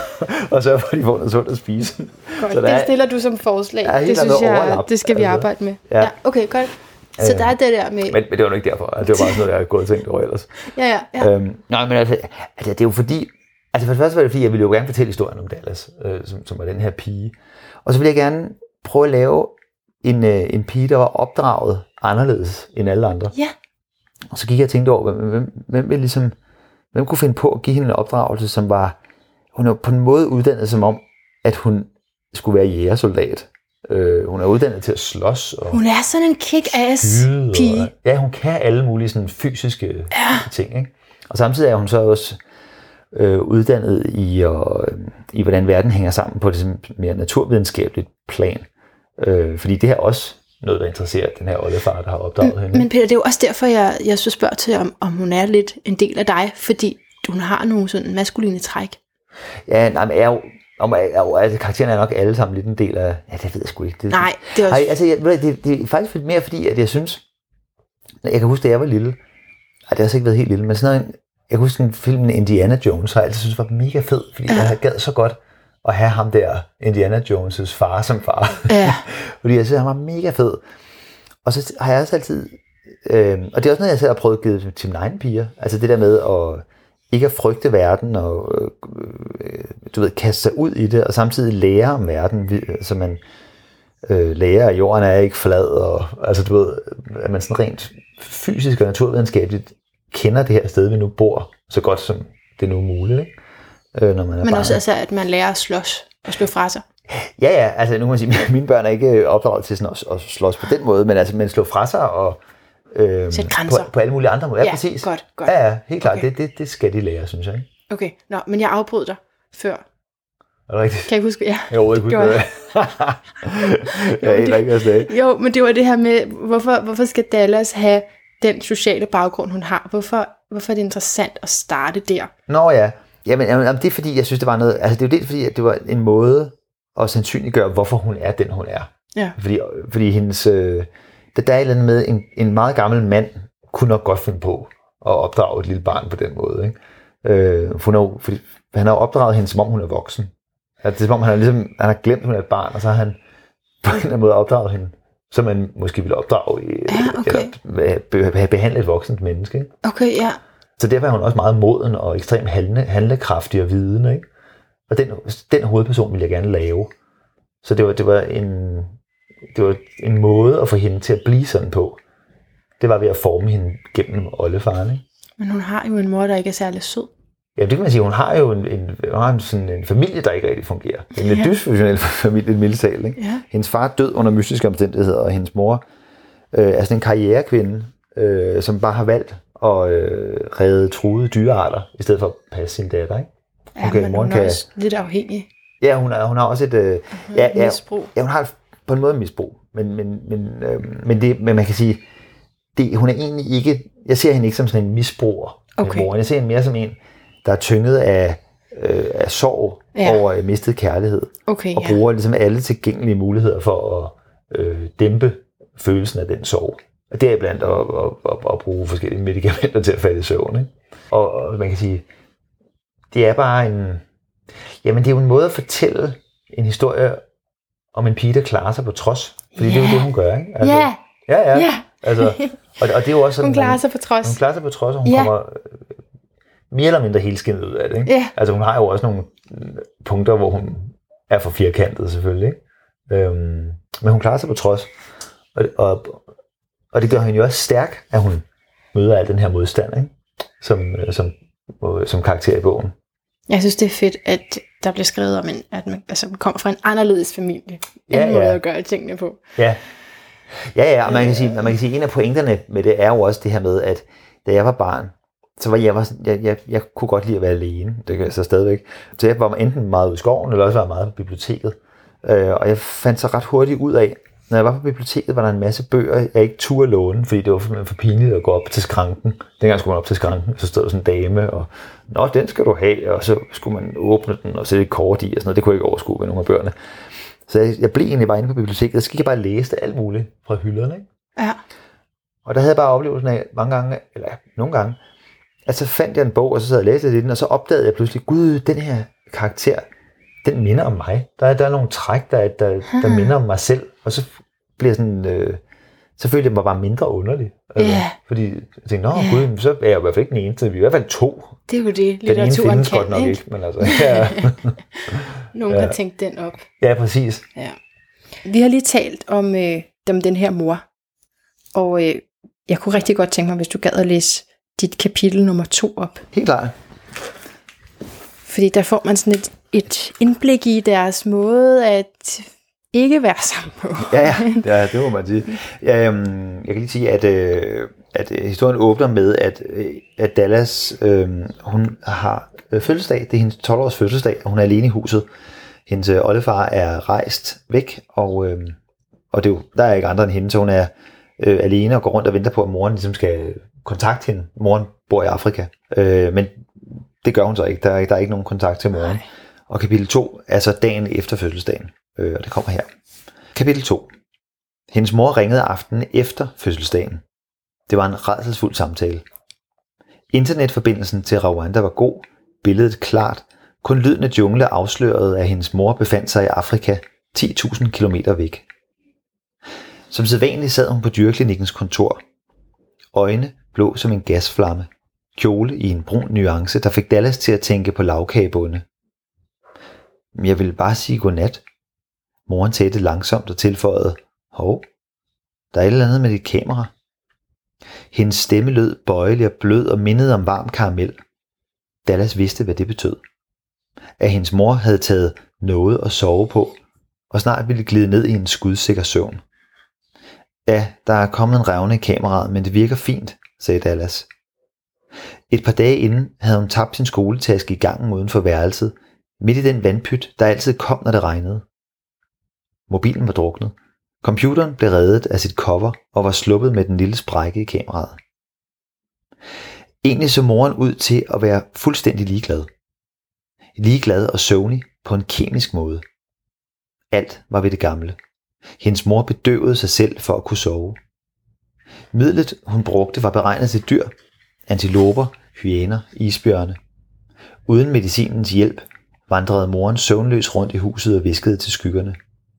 og så får de få noget sundt at spise. Godt, så det er, stiller du som forslag. Det synes jeg, overlap. Det skal vi altså, arbejde med. Ja, ja okay, godt. Så øh, der er det der med... Men, men det var nok ikke derfor. Det var bare sådan noget, jeg har gået og tænkt over ellers. Ja, ja, ja. Øhm, nej, men altså, altså, det er jo fordi... Altså for det første var det fordi, jeg ville jo gerne fortælle historien om Dallas, øh, som, som var den her pige. Og så ville jeg gerne prøve at lave en, øh, en pige, der var opdraget anderledes end alle andre. Ja. Og så gik jeg og tænkte over, hvem, hvem, hvem, ville ligesom, hvem kunne finde på at give hende en opdragelse, som var... Hun er på en måde uddannet som om, at hun skulle være jægersoldat. Øh, hun er uddannet til at slås. Og hun er sådan en kick-ass pige. Og, ja, hun kan alle mulige sådan fysiske ja. ting. Ikke? Og samtidig er hun så også øh, uddannet i, og, i, hvordan verden hænger sammen på det mere naturvidenskabeligt plan. Øh, fordi det her også noget, der interesserer den her oldefar, der har opdaget hende. Men Peter, det er jo også derfor, jeg, jeg så spørger til, om, om hun er lidt en del af dig, fordi hun har nogle sådan maskuline træk. Ja, nej, men er jo... Om, altså, karakteren er nok alle sammen lidt en del af... Ja, det ved jeg sgu ikke. Det, Nej, det er også... Ej, altså, jeg, det, det er faktisk mere fordi, at jeg synes... Jeg kan huske, da jeg var lille... Ej, det har også ikke været helt lille, men sådan noget... Jeg kan huske en film med Indiana Jones, har jeg altid synes var mega fed, fordi ja. jeg gad så godt at have ham der, Indiana Jones' far som far. Ja. Fordi jeg synes, han var mega fed. Og så har jeg også altid... Øh, og det er også noget, jeg selv har prøvet at give til mine egne piger. Altså det der med at... ikke at frygte verden og øh, du ved, kaste sig ud i det, og samtidig lære om verden, så man øh, lærer, at jorden er ikke flad, og altså du ved, at man sådan rent fysisk og naturvidenskabeligt kender det her sted, vi nu bor, så godt som det nu er muligt, ikke? Øh, når man er Men barn. også altså, at man lærer at slås og slå fra sig. Ja, ja, altså nu kan man sige, at mine børn er ikke opdraget til sådan at, at slås på den måde, men altså man slå fra sig og Øhm, på, på alle mulige andre måder. Ja, ja præcis. Godt, godt. Ja, ja, helt klart. Okay. Det, det, det skal de lære, synes jeg. Ikke? Okay, nå, men jeg afbrød dig før. Er det rigtigt? Kan jeg huske? Ja. Jeg overhovedet ikke huske det. Jeg aner ikke, hvad jeg sagde. Jo, men det var det her med, hvorfor, hvorfor skal Dallas have den sociale baggrund, hun har? Hvorfor, hvorfor er det interessant at starte der? Nå ja, jamen, jamen det er fordi, jeg synes, det var noget, altså det er jo det, fordi at det var en måde at sandsynliggøre, hvorfor hun er den, hun er. Ja. Fordi, fordi hendes... Øh, Det der er et eller andet med, en, en meget gammel mand kunne nok godt finde på at opdrage et lille barn på den måde. Ikke? Øh, for nu, fordi han har opdraget hende, som om hun er voksen. Altså, det er som om, han har, ligesom, han har glemt, at hun er et barn, og så har han på en eller anden måde opdraget hende, som man måske ville opdrage, i, ja, okay. eller have behandlet et voksent menneske. Ikke? Okay, ja. Så derfor er hun også meget moden og ekstremt handle, handlekraftig og vidende. Ikke? Og den, den hovedperson ville jeg gerne lave. Så det var, det var en... Det var en måde at få hende til at blive sådan på. Det var ved at forme hende gennem oldefaren, ikke? Men hun har jo en mor, der ikke er særlig sød. Ja, det kan man sige. Hun har jo en, en, hun har en, sådan en familie, der ikke rigtig fungerer. En lidt ja. dysfunktionel familie, en mildtale, ikke? Ja. Hendes far er død under mystiske omstændigheder, og hendes mor øh, er sådan en karrierekvinde, øh, som bare har valgt at øh, redde truede dyrearter, i stedet for at passe sin datter, ikke? Ja, okay, men hun er kan... også lidt afhængig. Ja, hun, er, hun har også et... Øh, hun ja, ja, misbrug. Ja, hun har på en måde misbrug, men, men, men, øh, men, det, men man kan sige, det, hun er egentlig ikke, jeg ser hende ikke som sådan en misbruger, okay. Mor. Jeg ser hende mere som en, der er tynget af, øh, af sorg ja. over øh, mistet kærlighed, okay, og bruger ja. ligesom alle tilgængelige muligheder for at øh, dæmpe følelsen af den sorg. Og det er blandt at, at, at, at bruge forskellige medicamenter til at falde i søvn. Ikke? Og, og man kan sige, det er bare en, jamen det er jo en måde at fortælle en historie om en pige, der klarer sig på trods. Fordi yeah. det er jo det, hun gør, ikke? Altså, yeah. Ja, ja. Yeah. Altså, og, og det er jo også sådan, hun klarer sig på trods. Hun klarer sig på trods, og hun yeah. kommer mere eller mindre helskindet ud af det, ikke? Yeah. Altså hun har jo også nogle punkter, hvor hun er for firkantet selvfølgelig, ikke? Øhm, men hun klarer sig på trods. Og, og, og det gør hende jo også stærk, at hun møder al den her modstand, ikke? Som, som, som karakter i bogen. Jeg synes, det er fedt, at der bliver skrevet om, en, at man altså, kommer fra en anderledes familie. Ja, en måde ja. at gøre tingene på. Ja, ja, ja og man kan sige, man kan sige, en af pointerne med det er jo også det her med, at da jeg var barn, så var jeg, jeg, jeg, jeg kunne godt lide at være alene. Det kan jeg så stadigvæk. Så jeg var enten meget ude i skoven, eller også var meget på biblioteket. Og jeg fandt så ret hurtigt ud af, når jeg var på biblioteket, var der en masse bøger, jeg ikke turde låne, fordi det var for, for pinligt at gå op til skranken. Dengang skulle man op til skranken, så stod der sådan en dame, og nå, den skal du have, og så skulle man åbne den og sætte et kort i, og sådan noget. Det kunne jeg ikke overskue ved nogle af bøgerne. Så jeg, jeg blev egentlig bare inde på biblioteket, og så gik jeg bare læse alt muligt fra hylderne, ikke? Ja. Og der havde jeg bare oplevelsen af mange gange, eller nogle gange, Altså fandt jeg en bog, og så sad jeg og læste den, og så opdagede jeg pludselig, gud, den her karakter, den minder om mig. Der er, der er nogle træk, der, der, der minder om mig selv, og så bliver sådan, øh, så følte jeg mig bare mindre underlig. Altså, yeah. Fordi jeg tænkte, nå yeah. gud, så er jeg i hvert fald ikke den eneste, vi er i hvert fald to. Det er jo det, litteraturen kan, godt nok ikke? ikke men altså, ja. Nogen ja. har tænkt den op. Ja, præcis. Ja. Vi har lige talt om, øh, om den her mor, og øh, jeg kunne rigtig godt tænke mig, hvis du gad at læse dit kapitel nummer to op. Helt klart. Fordi der får man sådan et, et indblik i deres måde at ikke være sammen på. ja, ja, det må man sige. Ja, um, jeg kan lige sige, at, øh, at historien åbner med, at, at Dallas, øh, hun har fødselsdag. Det er hendes tolv års fødselsdag, og hun er alene i huset. Hendes øh, oldefar er rejst væk, og, øh, og det er jo, der er ikke andre end hende, så hun er øh, alene og går rundt og venter på, at moren ligesom skal kontakte hende. Moren bor i Afrika, øh, men det gør hun så ikke. Der er, der er ikke nogen kontakt til moren. Nej. Og kapitel to er så dagen efter fødselsdagen, øh, og det kommer her. Kapitel to. Hendes mor ringede aftenen efter fødselsdagen. Det var en rædselsfuld samtale. Internetforbindelsen til Rwanda var god, billedet klart, kun lyden af jungle afslørede, at hendes mor befandt sig i Afrika ti tusind kilometer væk. Som sædvanligt sad hun på dyreklinikkens kontor. Øjne blå som en gasflamme. Kjole i en brun nuance, der fik Dallas til at tænke på lavkagebunde. Jeg ville bare sige godnat. Moren tætte langsomt og tilføjede, hov, der er et eller andet med dit kamera. Hendes stemme lød bøjelig og blød og mindede om varm karamel. Dallas vidste, hvad det betød. At hendes mor havde taget noget at sove på, og snart ville glide ned i en skudsikker søvn. Ja, der er kommet en revne i kameraet, men det virker fint, sagde Dallas. Et par dage inden havde hun tabt sin skoletaske i gangen uden for værelset, midt i den vandpyt, der altid kom, når det regnede. Mobilen var druknet. Computeren blev reddet af sit cover og var sluppet med den lille sprække i kameraet. Egentlig så moren ud til at være fuldstændig ligeglad. Ligeglad og søvnig på en kemisk måde. Alt var ved det gamle. Hendes mor bedøvede sig selv for at kunne sove. Midlet, hun brugte, var beregnet til dyr. Antiloper, hyæner, isbjørne. Uden medicinens hjælp vandrede moren søvnløs rundt i huset og viskede til skyggerne.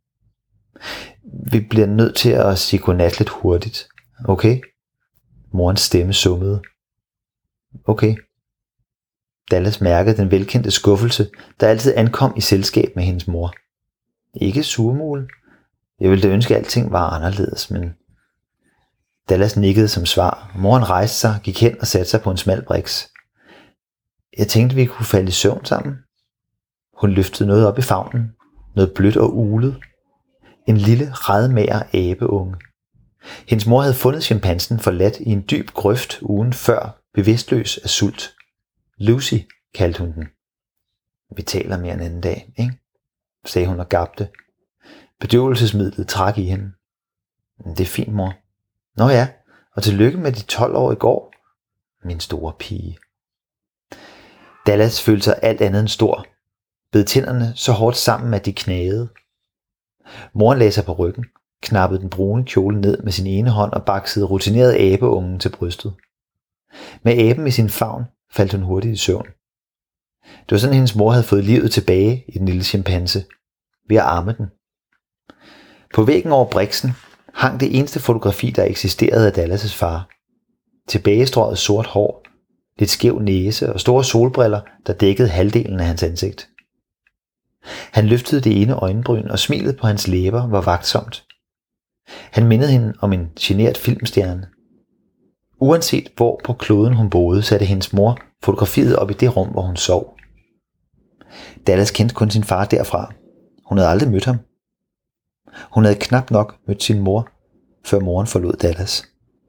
Vi bliver nødt til at sige godnat lidt hurtigt. Okay? Morens stemme summede. Okay. Dallas mærkede den velkendte skuffelse, der altid ankom i selskab med hendes mor. Ikke surmule. Jeg ville da ønske, at alting var anderledes, men... Dallas nikkede som svar. Moren rejste sig, gik hen og satte sig på en smal briks. Jeg tænkte, vi kunne falde i søvn sammen. Hun løftede noget op i favnen. Noget blødt og ulet. En lille, redmager abeunge. Hendes mor havde fundet chimpansen forladt i en dyb grøft ugen før, bevidstløs af sult. Lucy kaldte hun den. Vi taler mere en anden dag, ikke? Sagde hun og gabte. Bedøvelsesmidlet trak i hende. Det er fint, mor. Nå ja, og tillykke med de tolv år i går, min store pige. Dallas følte sig alt andet end stor. Bed tænderne så hårdt sammen, at de knagede. Moren lagde sig på ryggen, knappede den brune kjole ned med sin ene hånd og baksede rutineret abeungen til brystet. Med aben i sin favn faldt hun hurtigt i søvn. Det var sådan, hendes mor havde fået livet tilbage i den lille chimpanse, ved at arme den. På væggen over briksen hang det eneste fotografi, der eksisterede af Dallas' far. Tilbagestrøget sort hår, lidt skæv næse og store solbriller, der dækkede halvdelen af hans ansigt. Han løftede det ene øjenbryn, og smilet på hans læber var vagtsomt. Han mindede hende om en genert filmstjerne. Uanset hvor på kloden hun boede, satte hendes mor fotografiet op i det rum, hvor hun sov. Dallas kendte kun sin far derfra. Hun havde aldrig mødt ham. Hun havde knap nok mødt sin mor, før moren forlod Dallas.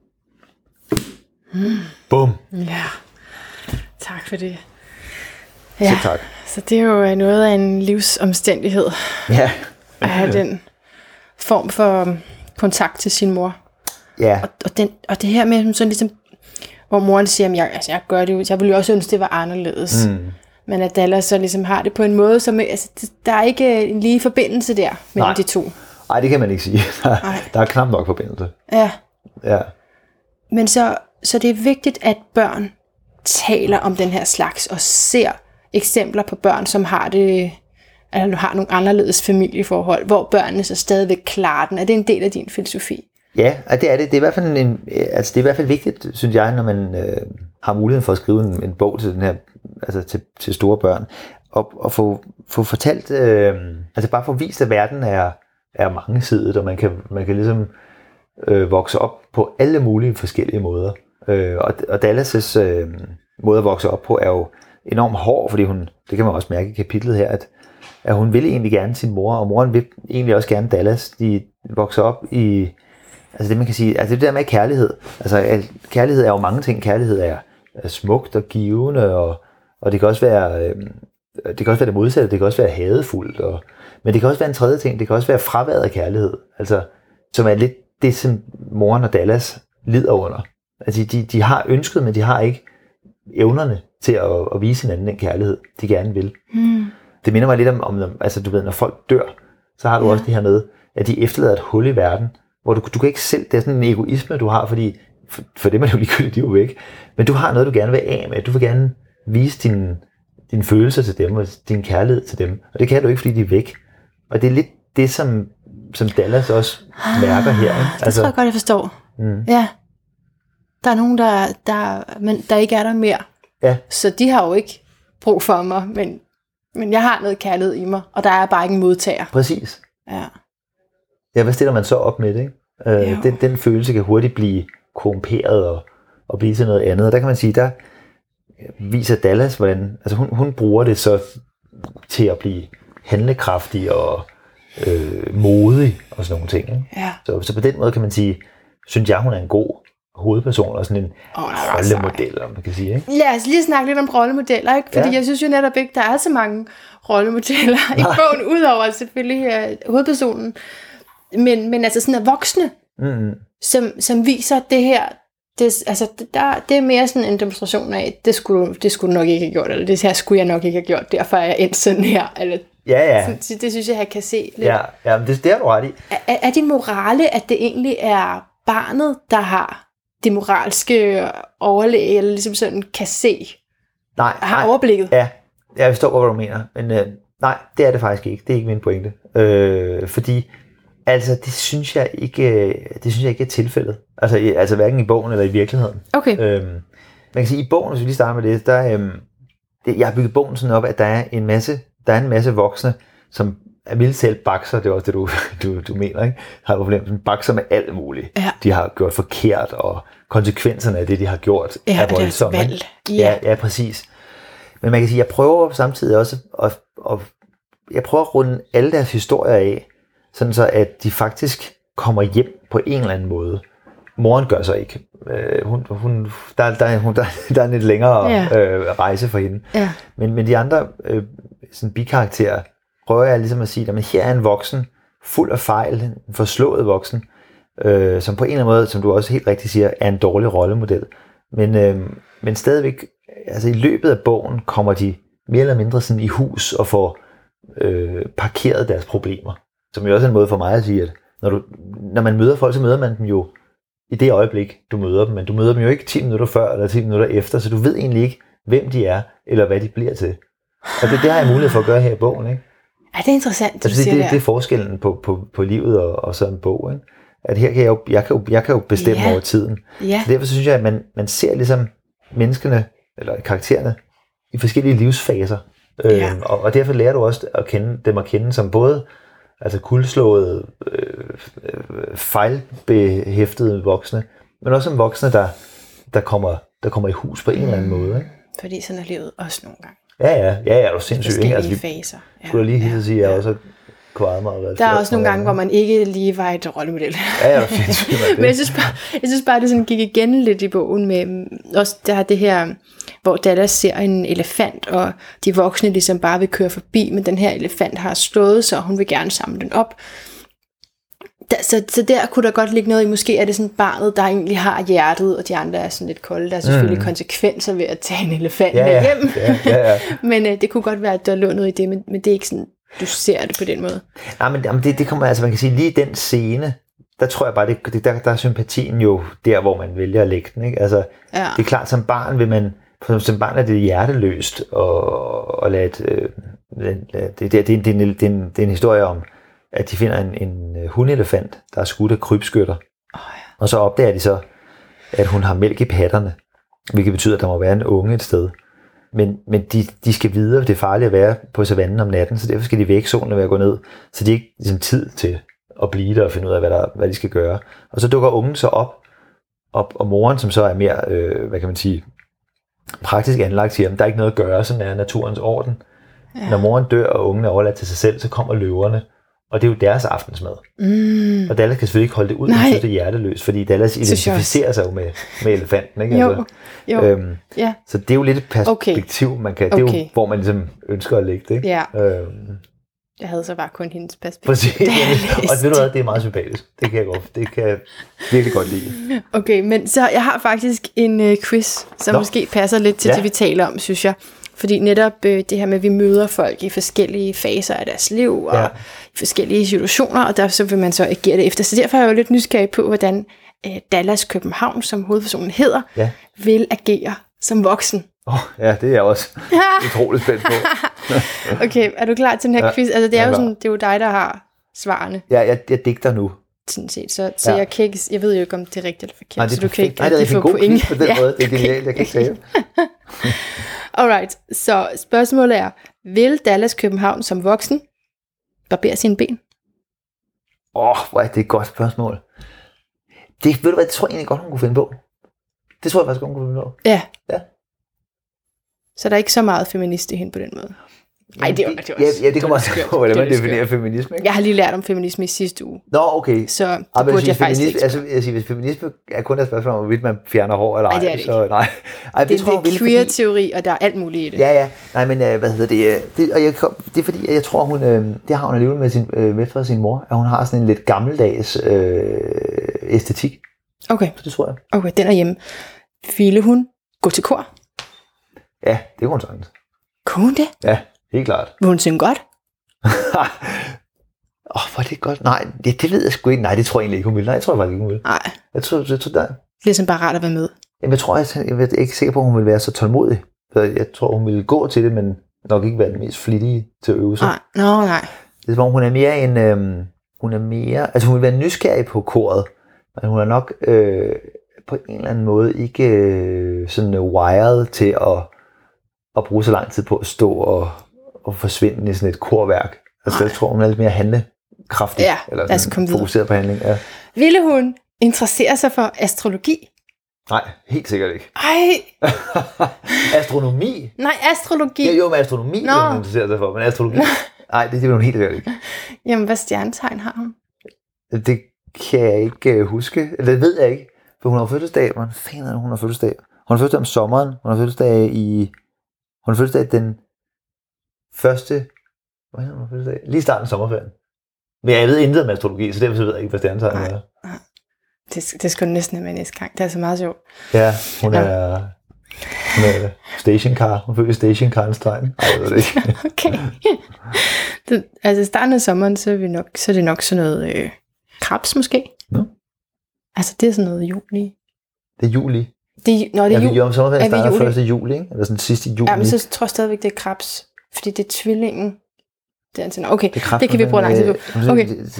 Mm. Bum. Ja, tak for det. Ja, tak. Så det er jo noget af en livsomstændighed. Ja. At have den form for kontakt til sin mor. Ja. Og, og, den, og det her med sådan ligesom, hvor moren siger, at jeg, altså jeg gør det jo, jeg ville jo også ønske, det var anderledes. Mm. Men at Dallas så ligesom har det på en måde, som, altså, der er ikke en lige forbindelse der mellem Nej. de to. Nej, det kan man ikke sige. Der, der er knap nok forbindelse. Ja. Ja. Men så, så det er vigtigt, at børn taler om den her slags, og ser eksempler på børn, som har det, eller nu har nogle anderledes familieforhold, hvor børnene så stadigvæk klarer den. Er det en del af din filosofi? Ja, og det er det. Det er i hvert fald, en, altså det er i hvert fald vigtigt, synes jeg, når man øh, har muligheden for at skrive en, en bog til den her, altså til, til store børn, og, og få, få fortalt, øh, altså bare få vist, at verden er, er mangesidet, og man kan, man kan ligesom øh, vokse op på alle mulige forskellige måder. Øh, og, og Dallas' øh, måde at vokse op på er jo enormt hård, fordi hun, det kan man også mærke i kapitlet her, at, at hun vil egentlig gerne sin mor, og moren vil egentlig også gerne Dallas. De vokser op i, altså det man kan sige, altså det der med kærlighed. Altså kærlighed er jo mange ting. Kærlighed er, er smukt og givende, og, og det kan også være, øh, det kan også være det modsatte, det kan også være hadefuldt, og, men det kan også være en tredje ting, det kan også være fraværet af kærlighed, altså som er lidt det, som moren og Dallas lider under. Altså de, de har ønsket, men de har ikke evnerne til at, at vise hinanden den kærlighed, de gerne vil. Mm. Det minder mig lidt om, om, altså du ved, når folk dør, så har du ja. også det her med, at de efterlader et hul i verden, hvor du, du kan ikke selv, det er sådan en egoisme, du har, fordi for, for dem er det jo ligegyldigt, de er jo væk, men du har noget, du gerne vil af med, du vil gerne vise din, din følelser til dem, og din kærlighed til dem, og det kan du ikke, fordi de er væk. Og det er lidt det, som, som Dallas også mærker her. Ikke? Det altså, tror jeg godt, jeg forstår. Mm. Ja. Der er nogen, der, der, men der ikke er der mere. Ja. Så de har jo ikke brug for mig, men, men jeg har noget kærlighed i mig, og der er bare ikke en modtager. Præcis. Ja. Ja, hvad stiller man så op med det? Ikke? Øh, den, den følelse kan hurtigt blive korrumperet og, og blive til noget andet. Og der kan man sige, der viser Dallas, hvordan altså hun, hun bruger det så til at blive handlekraftig og øh, modig og sådan nogle ting. Ikke? Ja. Så, så på den måde kan man sige, synes jeg, hun er en god hovedperson og sådan en oh, rollemodel, om man kan sige. Ikke? Lad os lige snakke lidt om rollemodeller, ikke? Fordi ja. jeg synes jo netop ikke, der er så mange rollemodeller i bogen, udover selvfølgelig uh, hovedpersonen. Men, men altså sådan er voksne, mm-hmm. som, som viser det her, det, altså, der, det er mere sådan en demonstration af, det skulle, det skulle du nok ikke have gjort, eller det her skulle jeg nok ikke have gjort, derfor er jeg endt sådan her. Eller, ja, ja. Så, det synes jeg, jeg kan se lidt. Ja, ja men det, det har du ret i. Er, er din morale, at det egentlig er barnet, der har det moralske overlæg, eller ligesom sådan kan se, nej, har nej. overblikket? Ja, jeg forstår, hvad du mener, men øh, nej, det er det faktisk ikke. Det er ikke min pointe. Øh, fordi, altså, det synes jeg ikke, det synes jeg ikke er tilfældet. Altså, altså hverken i bogen eller i virkeligheden. Okay. Øh, man kan sige, i bogen, hvis vi lige starter med det, der, øh, det, jeg har bygget bogen sådan op, at der er en masse, der er en masse voksne, som er vildt selv bakser, det er også det, du, du, du mener, ikke? Har problemer, bakser med alt muligt. Ja. De har gjort forkert, og konsekvenserne af det, de har gjort, ja, er voldsomme. Ja, ja, ja, præcis. Men man kan sige, jeg prøver samtidig også, at, at jeg prøver at runde alle deres historier af, sådan så at de faktisk kommer hjem på en eller anden måde. Moren gør så ikke. Øh, hun, hun, der, der, hun, der, der er en lidt længere ja. øh, rejse for hende. Ja. Men, men de andre øh, sådan bikarakterer, prøver jeg ligesom at sige, at her er en voksen, fuld af fejl, en forslået voksen, øh, som på en eller anden måde, som du også helt rigtigt siger, er en dårlig rollemodel. Men, øh, men stadigvæk, altså i løbet af bogen, kommer de mere eller mindre sådan i hus og får øh, parkeret deres problemer. Som jo også er en måde for mig at sige, at når, du, når man møder folk, så møder man dem jo i det øjeblik, du møder dem, men du møder dem jo ikke ti minutter før eller ti minutter efter, så du ved egentlig ikke, hvem de er, eller hvad de bliver til. Og det, det har jeg mulighed for at gøre her i bogen, ikke? Ja, det er interessant, det, altså, det, det, det er forskellen på, på, på livet og, og sådan en bog, ikke? At her kan jeg jo, jeg kan jo, jeg kan jo bestemme yeah. over tiden. Yeah. Så derfor synes jeg, at man, man ser ligesom menneskene, eller karaktererne, i forskellige livsfaser. Yeah. Øhm, og, og derfor lærer du også at kende dem at kende som både altså kuldslåede, øh, øh, fejlbehæftede voksne, men også som voksne, der, der, kommer, der kommer i hus på en mm. eller anden måde. Ikke? Fordi sådan er livet også nogle gange. Ja, ja, ja, ja, du er sindssygt. Ikke? Altså, faser. Ja, skulle jeg lige ja, sige, at jeg ja. også kvaret mig. Der er også nogle gange, hvor man ikke lige var et rollemodel. Ja, ja, sindssygt. Men jeg synes, bare, jeg synes bare, det sådan gik igen lidt i bogen med, også der er det her, hvor Dallas ser en elefant, og de voksne ligesom bare vil køre forbi, men den her elefant har slået sig, og hun vil gerne samle den op. Der, så, så der kunne der godt ligge noget i, måske er det sådan barnet, der egentlig har hjertet, og de andre er sådan lidt kolde. Der er selvfølgelig mm. konsekvenser ved at tage en elefant ja, med ja. hjem. Ja, ja, ja. men øh, det kunne godt være, at der lå noget i det, men, men det er ikke sådan, du ser det på den måde. Nej, men jamen, det, det kommer altså, man kan sige, lige den scene, der tror jeg bare, det, det, der, der er sympatien jo der, hvor man vælger at lægge den. Ikke? Altså, ja. Det er klart, som barn vil man, Som, som barn er det hjerteløst, og, og lade et, øh, det, det, det, det, det, det, det, er en, det er en historie om, at de finder en, en hundelefant, der er skudt af krybskytter. Oh, ja. Og så opdager de så, at hun har mælk i patterne, hvilket betyder, at der må være en unge et sted. Men, men de, de skal videre, det er farligt at være på savannen om natten, så derfor skal de vække solen ved at gå ned, så de ikke ligesom tid til at blive der og finde ud af, hvad, der, hvad de skal gøre. Og så dukker ungen så op, op og moren, som så er mere, øh, hvad kan man sige, praktisk anlagt, siger, at der er ikke noget at gøre, sådan er naturens orden. Ja. Når moren dør, og ungen er overladt til sig selv, så kommer løverne, og det er jo deres aftensmad. Mm. Og Dallas kan selvfølgelig ikke holde det ud, og synes det er hjerteløst, fordi Dallas identificerer sig jo med, med elefanten. Ikke? Jo, altså, jo. Øhm, ja. Så det er jo lidt et perspektiv, okay. man kan, det er okay. jo, hvor man ligesom ønsker at lægge det. Ikke? Ja. Øhm, Jeg havde så bare kun hendes perspektiv. Præcis. Og ved du hvad, det er meget sympatisk. Det kan jeg godt, det kan jeg virkelig godt lide. Okay, men så jeg har faktisk en øh, quiz, som Nå. måske passer lidt til ja. det, vi taler om, synes jeg. Fordi netop øh, det her med, at vi møder folk i forskellige faser af deres liv, og ja. i forskellige situationer, og der så vil man så agere det efter. Så derfor er jeg jo lidt nysgerrig på, hvordan øh, Dallas København, som hovedpersonen hedder, ja. vil agere som voksen. Oh, ja, det er jeg også utroligt spændt på. Okay, er du klar til den her ja, quiz? Altså, det er jo sådan, det er jo dig, der har svarene. Ja, jeg, jeg digter nu. Sådan set. Så, så ja. jeg, kan ikke, jeg ved jo ikke, om det er rigtigt eller forkert, Nej, så du kan ikke Nej, det er få en god point. På den ja, måde. Det er genialt, okay. Jeg kan ikke sige. Alright, så spørgsmålet er, vil Dallas København som voksen barbere sine ben? Åh, oh, hvor er det et godt spørgsmål. Det, ved du hvad, det tror jeg egentlig godt, hun kunne finde på. Det tror jeg faktisk godt, hun kunne finde på. Ja. Ja. Så der er ikke så meget feminist i hende på den måde. Nej, det er jo ja, ja, det kommer også på, hvordan man definerer feminisme. Ikke? Jeg har lige lært om feminisme i sidste uge. Nå, okay. Så det ah, burde jeg faktisk ikke. Altså, jeg siger, hvis feminisme er kun et spørgsmål om, hvorvidt man fjerner hår eller ej. Nej, det er det ikke. Så, nej. Ej, det, det tror, er queer-teori, og der er alt muligt i det. Ja, ja. Nej, men hvad hedder det? det og jeg, det er fordi, jeg tror, hun, det har hun alligevel med, sin, med fra sin mor, at hun har sådan en lidt gammeldags øh, æstetik. Okay. Så det tror jeg. Okay, den er hjemme. Ville hun gå til kor? Ja, det kunne hun sagtens. Kunne hun det? Ja, helt klart. Vil hun synge godt? Åh, oh, hvor er det godt. Nej, det, det ved jeg sgu ikke. Nej, det tror jeg egentlig ikke, hun vil. Nej, jeg tror faktisk ikke, hun vil. Nej. Jeg tror, jeg tror der. Det er ligesom bare rart at være med. Jamen, jeg tror, jeg, jeg er ikke sikker på, at hun vil være så tålmodig. Så jeg tror, hun vil gå til det, men nok ikke være den mest flittige til at øve sig. Nej, no, nej. Det er som om, hun er mere en... Øhm, hun er mere... Altså, hun vil være nysgerrig på koret, men hun er nok øh, på en eller anden måde ikke øh, sådan wired til at, at bruge så lang tid på at stå og, og forsvinde i sådan et korværk. Altså, jeg tror, hun er lidt mere handlekraftig. Ja, eller sådan, fokuseret på handling. Ja. Ville hun interessere sig for astrologi? Nej, helt sikkert ikke. Ej. Astronomi? Nej, astrologi. Ja, jo, med astronomi Nå. Vil hun interessere sig for, men astrologi? Nej, det, det vil hun helt sikkert ikke. Jamen, hvad stjernetegn har hun? Det kan jeg ikke uh, huske. Eller det ved jeg ikke. For hun har fødselsdag. Hvordan fanden er det, hun har fødselsdag? Hun har fødselsdag om sommeren. Hun har fødselsdag i... Hun har fødselsdag den første... Hvad har hun fødselsdag? Lige starten af sommerferien. Men jeg ved intet om astrologi, så derfor ved jeg ikke, hvad stjernetegn er. Det, det skal du næsten have med næste gang. Det er så meget sjovt. Ja, hun er... Ja. Hun er stationcar. Hun følger stationcarens tegn. Nej, jeg ved det ikke. Okay. Det, altså starten af sommeren, så er, vi nok, så er det nok sådan noget øh, krebs måske. Ja. Altså det er sådan noget juli. Det er juli? Det, når det er, er vi jo om sommerferien starter juli? første juli, ikke? Eller sådan sidste juli. Ja, men så tror jeg stadigvæk, det er krebs. Fordi det er tvillingen. Det er sådan, okay, det, kræft, det kan vi bruge lang tid på. Okay. Et,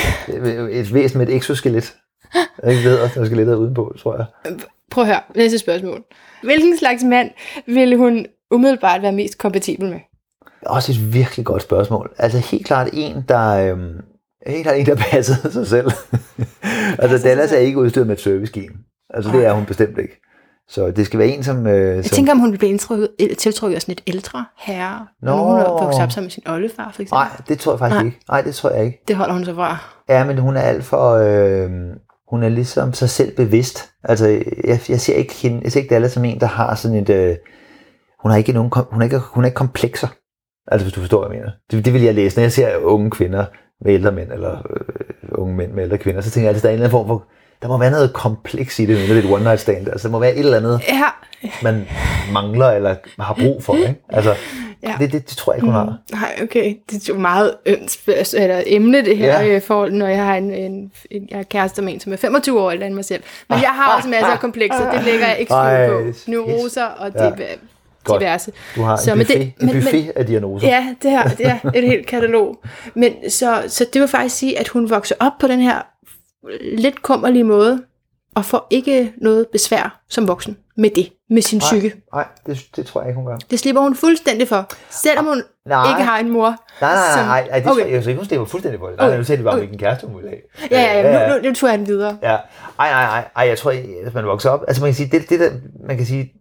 et, et væsen med et exoskelet. Jeg ikke ved, at der er skelettet udenpå, tror jeg. Prøv at høre, næste spørgsmål. Hvilken slags mand ville hun umiddelbart være mest kompatibel med? Også et virkelig godt spørgsmål. Altså helt klart en, der, øhm, helt klart en, der passer sig selv. Altså Dallas er ikke udstyret med et servicegen. Altså det er hun bestemt ikke. Så det skal være en, som... Øh, jeg som... tænker, om hun vil blive tiltrukket af sådan et ældre herre. Nå. Når hun har vokset op sammen med sin oldefar, for eksempel. Nej, det tror jeg faktisk Nej. ikke. Nej, det tror jeg ikke. Det holder hun så fra. Ja, men hun er alt for... Øh, hun er ligesom sig selv bevidst. Altså, jeg, jeg ser ikke hende... Jeg ser ikke Dallas som en, der har sådan et... Øh, hun har ikke nogen... Hun er ikke, hun er ikke komplekser. Altså, hvis du forstår, hvad jeg mener. Det, det vil jeg læse. Når jeg ser unge kvinder med ældre mænd, eller øh, unge mænd med ældre kvinder, så tænker jeg, at der er en eller anden form for... Der må være noget kompleks i det, eller et one night stand. Altså, der må være et eller andet, ja. man mangler eller har brug for, ikke? Altså, Ja. Det, det, det tror jeg ikke, hun har. Mm, nej, okay. Det er jo meget ømt, eller emne, det her ja. forhold, når jeg har en, en, en jeg er kærester med en, som er femogtyve år ældre end mig selv. Men jeg har også masser af komplekser, det lægger jeg ikke skjul på. Neuroser og ja. diverse. Du har så, en buffet, det, en buffet men, af diagnoser. Ja, det er, det er et helt katalog. Men så, så det vil faktisk sige, at hun vokser op på den her lidt kummerlige måde, og får ikke noget besvær som voksen med det, med sin nej, psyke. Nej, det, det tror jeg ikke, hun gør. Det slipper hun fuldstændig for, selvom hun nej. ikke har en mor. Nej, nej, nej, nej, nej det okay. tror jeg, jeg ikke, hun slipper fuldstændig for det. Nej, okay. Nu sagde de bare, hvilken kæreste hun ville have. Ja, ja, ja, ja. Nu, nu, nu tror jeg den videre. Ja, ej, nej, nej, ej, jeg tror, at man vokser op, altså man kan sige, det, det der, man kan sige,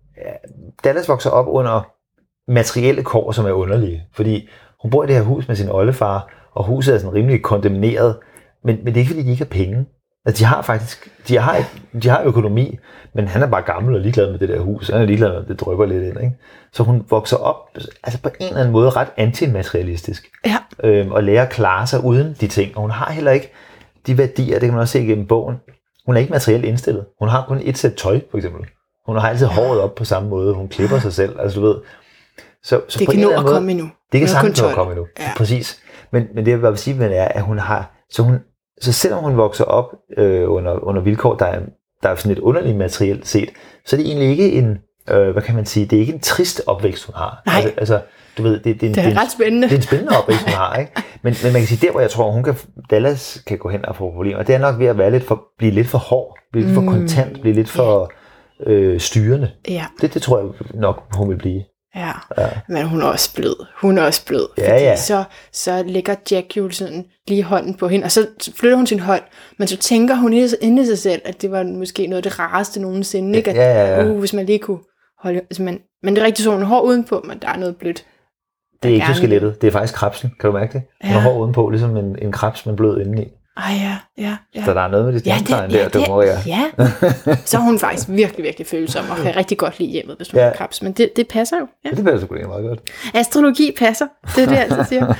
Dallas vokser op under materielle kår, som er underlige, fordi hun bor i det her hus med sin oldefar, og huset er sådan rimelig kondemneret, men, men det er ikke, fordi de ikke har penge. Altså, de har faktisk, de har, de har økonomi, men han er bare gammel og ligeglad med det der hus. Han er ligeglad med, at det drypper lidt ind, ikke? Så hun vokser op, altså på en eller anden måde ret antimaterialistisk. Ja. Øhm, og lærer at klare sig uden de ting. Og hun har heller ikke de værdier, det kan man også se igennem bogen. Hun er ikke materielt indstillet. Hun har kun et sæt tøj, for eksempel. Hun har altid håret op på samme måde. Hun klipper sig selv, altså du ved. Så, så det kan nå at komme endnu. Det kan sagtens nå at komme endnu, ja. Præcis. Men, men det jeg vil sige, er, at hun har, så hun, Så selvom hun vokser op øh, under, under vilkår, der er, der er sådan et underligt materielt set, så er det egentlig ikke en, øh, hvad kan man sige, det er ikke en trist opvækst, hun har. Nej. Altså, altså du ved, det, det, er en, det er ret spændende. Det er en spændende opvækst, hun har, ikke? Men, men man kan sige, der hvor jeg tror, hun kan, Dallas kan gå hen og få problemer, det er nok ved at være lidt for, blive lidt for hård, blive lidt for mm. kontant, blive lidt for øh, styrende. Ja. Det, det tror jeg nok, hun vil blive. Ja. ja, men hun er også blød. Hun er også blød, ja, fordi ja. Så, så lægger Jack jo sådan lige hånden på hende, og så flytter hun sin hånd, men så tænker hun inde i sig selv, at det var måske noget af det rareste nogensinde, ikke? At, ja, ja, ja. Uh, hvis man lige kunne holde, altså man, men det er rigtig så, hun er hård udenpå, men der er noget blødt. Det er ikke på skelettet, det er faktisk krabsen, kan du mærke det? Hun ja. er hård udenpå, ligesom en, en krabs, men blød indeni. Ah, ja, ja, ja. Så der er noget med det stjernetegn ja, der, du må jeg. Ja, så er hun faktisk virkelig, virkelig følsom, og kan rigtig godt lide hjemmet, hvis hun ja. er krabs. Men det, det passer jo. Ja. Ja, det passer sgu meget godt. Astrologi passer, det er det, jeg altid siger.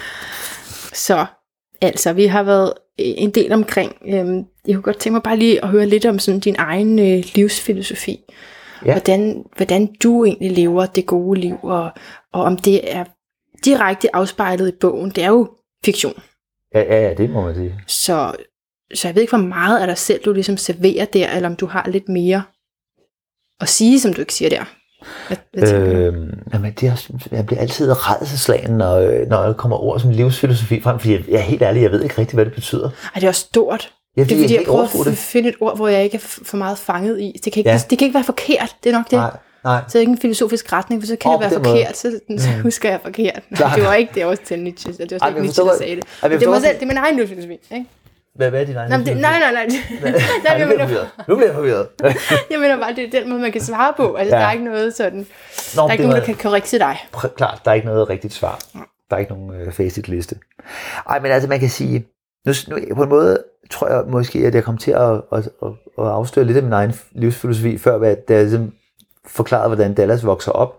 Så, altså, vi har været en del omkring, øhm, jeg kunne godt tænke mig bare lige at høre lidt om sådan din egen øh, livsfilosofi. Ja. Hvordan, hvordan du egentlig lever det gode liv, og, og om det er direkte afspejlet i bogen. Det er jo fiktion. Ja, ja, ja, det må man sige. Så, så jeg ved ikke, hvor meget af dig selv, du ligesom serverer der, eller om du har lidt mere at sige, som du ikke siger der. Hvad, hvad øhm, jamen, det er, jeg bliver altid rædselsslagen, når, når jeg kommer ord som livsfilosofi frem, fordi jeg, jeg er helt ærlig, jeg ved ikke rigtig, hvad det betyder. Ej, det er også stort. Ja, det er fordi, jeg, jeg prøver at finde et ord, hvor jeg ikke er for meget fanget i. Det kan ikke, ja. det kan ikke være forkert, det er nok det. Nej. Nej. Så det er ikke en filosofisk retning, for så kan oh, det være det forkert, så, så husker jeg forkert. Nej, det var ikke det, også til Nietzsche, det var ikke Nietzsche, der sagde det. Ej, det, var selv, det er min egen livsfilosofi, ikke? Hvad, hvad er din egen nej, det, nej, nej, nej. nej, nej nu, bliver mener, nu bliver jeg forvirret. Jeg mener bare, det er den måde, man kan svare på. Altså, ja. Der er ikke noget sådan, Nå, der er ikke nogen, der kan korrekte dig. Klart, der er ikke noget rigtigt svar. Der er ikke nogen øh, facitliste. Ej, men altså, man kan sige, nu, nu, på en måde tror jeg måske, at jeg kom til at, at, at, at afsløre lidt af min egen livsfilosofi, før da jeg ligesom forklarede, hvordan Dallas vokser op.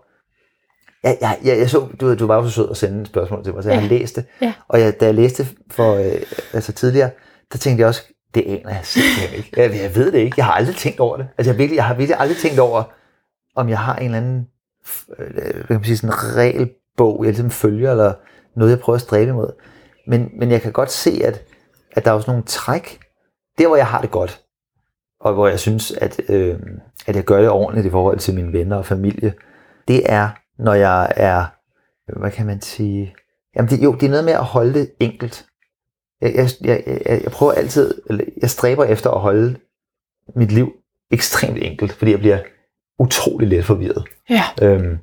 Jeg, jeg, jeg, jeg så, du, du var jo så sød at sende et spørgsmål til mig, så jeg ja. har læst det. Ja. Og jeg, da jeg læste for, øh, altså tidligere, der tænkte jeg også, det aner jeg simpelthen ikke. Jeg, jeg ved det ikke. Jeg har aldrig tænkt over det. Altså jeg, virkelig, jeg har virkelig aldrig tænkt over, om jeg har en eller anden øh, hvad kan man sige, sådan en regelbog, jeg ligesom følger, eller noget, jeg prøver at stræbe imod. Men, men jeg kan godt se, at, at der er også nogle træk, der hvor jeg har det godt, og hvor jeg synes, at, øh, at jeg gør det ordentligt i forhold til mine venner og familie, det er, når jeg er, hvad kan man sige, jamen det, jo, det er noget med at holde det enkelt. Jeg, jeg, jeg, jeg, jeg prøver altid, eller jeg stræber efter at holde mit liv ekstremt enkelt, fordi jeg bliver utrolig let forvirret. Ja. Øhm,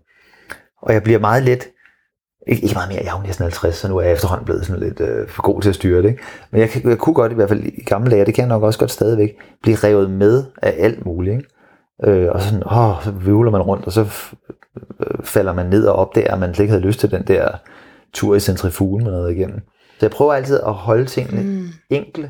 og jeg bliver meget let, ikke, ikke meget mere, jeg er jo næsten halvtreds, så nu er jeg efterhånden blevet sådan lidt øh, for god til at styre det. Ikke? Men jeg, jeg kunne godt, i hvert fald i gamle dage, det kan jeg nok også godt stadigvæk, blive revet med af alt muligt. Ikke? Øh, og sådan, åh, så vivler man rundt, og så f- f- falder man ned og op der, og man slet ikke havde lyst til den der tur i centrifugen, man havde igennem. Så jeg prøver altid at holde tingene mm. enkle,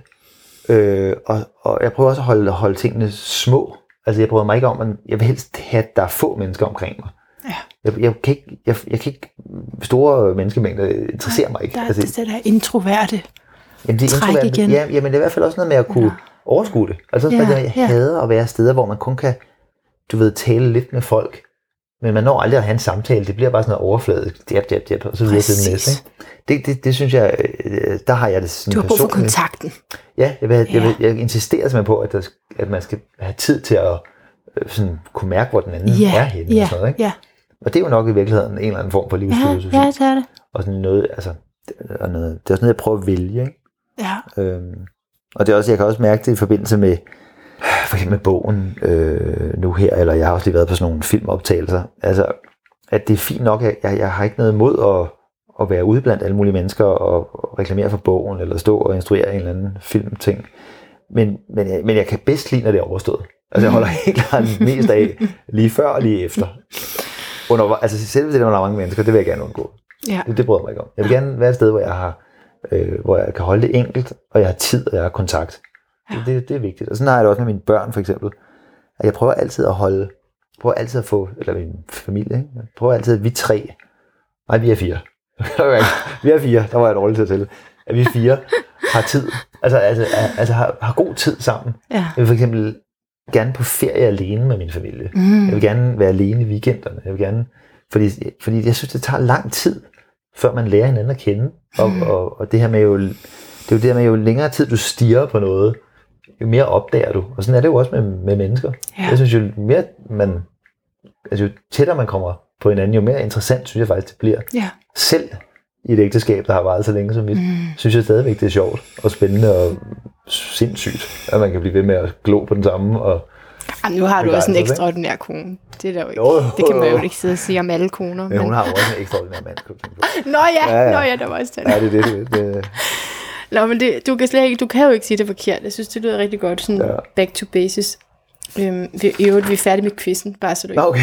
øh, og, og jeg prøver også at holde, holde tingene små. Altså jeg prøver mig ikke om, at jeg vil helst have, at der er få mennesker omkring mig. Ja. Jeg, jeg, kan ikke, jeg, jeg kan ikke, store menneskemængder interesserer mig ikke. Der er altså, det der introverte jamen, det er træk introverte, igen. Ja, jamen det er i hvert fald også noget med at kunne ja. overskue det. Altså også ja, jeg ja. hader at være steder, hvor man kun kan, du ved, tale lidt med folk, men man når aldrig at have en samtale. Det bliver bare sådan noget overfladisk, jab, jab, jab, og så videre til den næste. Det, det, det synes jeg, der har jeg det sådan. Du har brug for kontakten. Ja, jeg, vil, jeg, vil, jeg insisterer simpelthen på, at, der, at man skal have tid til at sådan, kunne mærke, hvor den anden yeah, er henne. Yeah, og, sådan, ikke? Yeah. Og det er jo nok i virkeligheden en eller anden form for livsfilosofi. Ja, ja, det er det. Og sådan noget, altså, og noget, det er også noget, jeg prøver at vælge. Ikke? Ja. Øhm, og det er også, jeg kan også mærke det i forbindelse med, for eksempel med bogen øh, nu her, eller jeg har også lige været på sådan nogle filmoptagelser, altså, at det er fint nok, at jeg, jeg har ikke noget imod at, at være ude blandt alle mulige mennesker og, og reklamere for bogen, eller stå og instruere en eller anden filmting. Men, men, jeg, men jeg kan bedst lide, når det er overstået. Altså jeg holder helt klart mest af lige før og lige efter. Under, altså selv hvis det er mange mennesker, det vil jeg gerne undgå. Ja. Det, det bryder mig ikke om. Jeg vil gerne være et sted, hvor jeg har, øh, hvor jeg kan holde det enkelt, og jeg har tid, og jeg har kontakt. Ja. Det, det er vigtigt. Og sådan har jeg det også med mine børn for eksempel. At jeg prøver altid at holde, prøver altid at få, eller min familie, ikke? Jeg prøver altid, at vi tre, nej vi er fire. vi er fire, der var jeg dårlig til at tælle. At vi fire har tid, altså, altså, altså har, har god tid sammen. Ja. Jeg vil for eksempel gerne på ferie alene med min familie. Mm. Jeg vil gerne være alene i weekenderne. Jeg vil gerne, fordi, fordi jeg synes, det tager lang tid, før man lærer hinanden at kende. Og, mm. og, og det her med jo, det er jo det her med, jo længere tid du stirrer på noget, jo mere opdager du. Og sådan er det jo også med, med mennesker. Ja. Jeg synes jo mere man, altså jo tættere man kommer på hinanden, jo mere interessant synes jeg faktisk det bliver. Ja. Selv i et ægteskab, der har varet så længe som mit, mm. synes jeg stadigvæk det er sjovt og spændende og sindssygt, at man kan blive ved med at glo på den samme. Og Jamen, nu har du også en ekstraordinær kone. Det er der jo ikke. Jo, jo, jo. Det kan man jo ikke sidde og sige om alle koner. Men, men hun har jo også en ekstraordinær mand. Nå ja, ja, ja. Nå ja, der var også den. Ja, det er det. det, det. Nå, men det, du, kan slet ikke, du kan jo ikke sige det forkert. Jeg synes, det lyder rigtig godt. Sådan ja. Back to basis. Øhm, vi, i øvrigt, vi er færdige med quizzen, bare så du ikke... Nå, okay.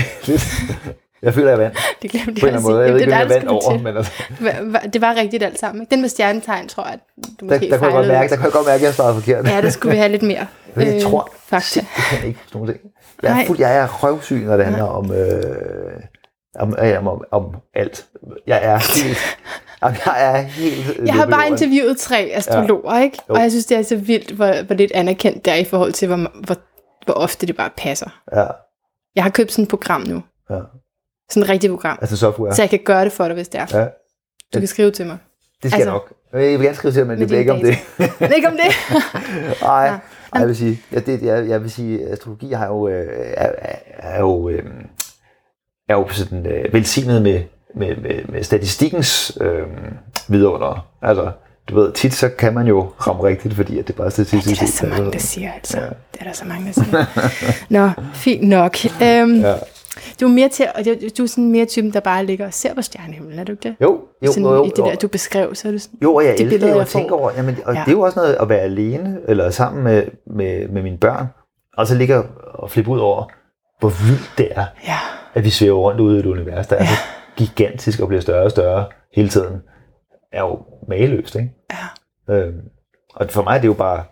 Jeg føler, jeg vandt. Det glemte jeg at sige. Jeg ved ikke, jeg vandt over, men altså... Det var rigtigt alt sammen. Den med stjernetegn, tror jeg, du måske der, der kunne jeg godt mærke, Der kunne jeg godt mærke, at jeg svarede forkert. Ja, det skulle vi have lidt mere. Men jeg tror øh, simpelthen ikke på sådan ting. Jeg er, fuld, jeg er røvsyg, når det handler om, øh, om, om, om, om alt. Jeg er helt... Jamen, jeg er helt... Jeg har bare interviewet tre astrologer, ja. Ikke? Og jeg synes, det er så vildt, hvor, hvor lidt anerkendt det er i forhold til, hvor, hvor, hvor ofte det bare passer. Ja. Jeg har købt sådan et program nu. Ja. Sådan et rigtigt program. Altså software. Så jeg kan gøre det for dig, hvis det er. Ja. Du kan skrive til mig. Det skal altså, jeg nok. Jeg vil gerne skrive til dig, men det bliver ikke om det. Ikke om det? Nej, ja. jeg vil sige, ja, det, jeg, jeg vil sige, astrologi har jo, er, er, er jo, er jo sådan øh, velsignet med, med, med, med statistikkens øh, vidunder. Altså, du ved, tit så kan man jo ramme rigtigt, fordi at det bare er statistisk. Ja, det er der så mange, der siger, altså. Ja. Det er der så mange, der siger. Nå, fint nok. Øhm, ja. Du er mere til, og du er sådan mere typen, der bare ligger og ser på stjernehimlen, er du ikke det? Jo, jo, sådan, jo, jo. I det der, du beskrev, så er det sådan. Jo, og jeg elsker billeder, jo at tænke over, jamen, og ja. Det er jo også noget at være alene, eller sammen med, med, med mine børn, og så ligger og flippe ud over, hvor vildt det er, ja. At vi svæver rundt ude i et univers, der ja. Er så gigantisk og bliver større og større hele tiden, er jo mageløst, ikke? Ja. Øhm, og for mig er det jo bare,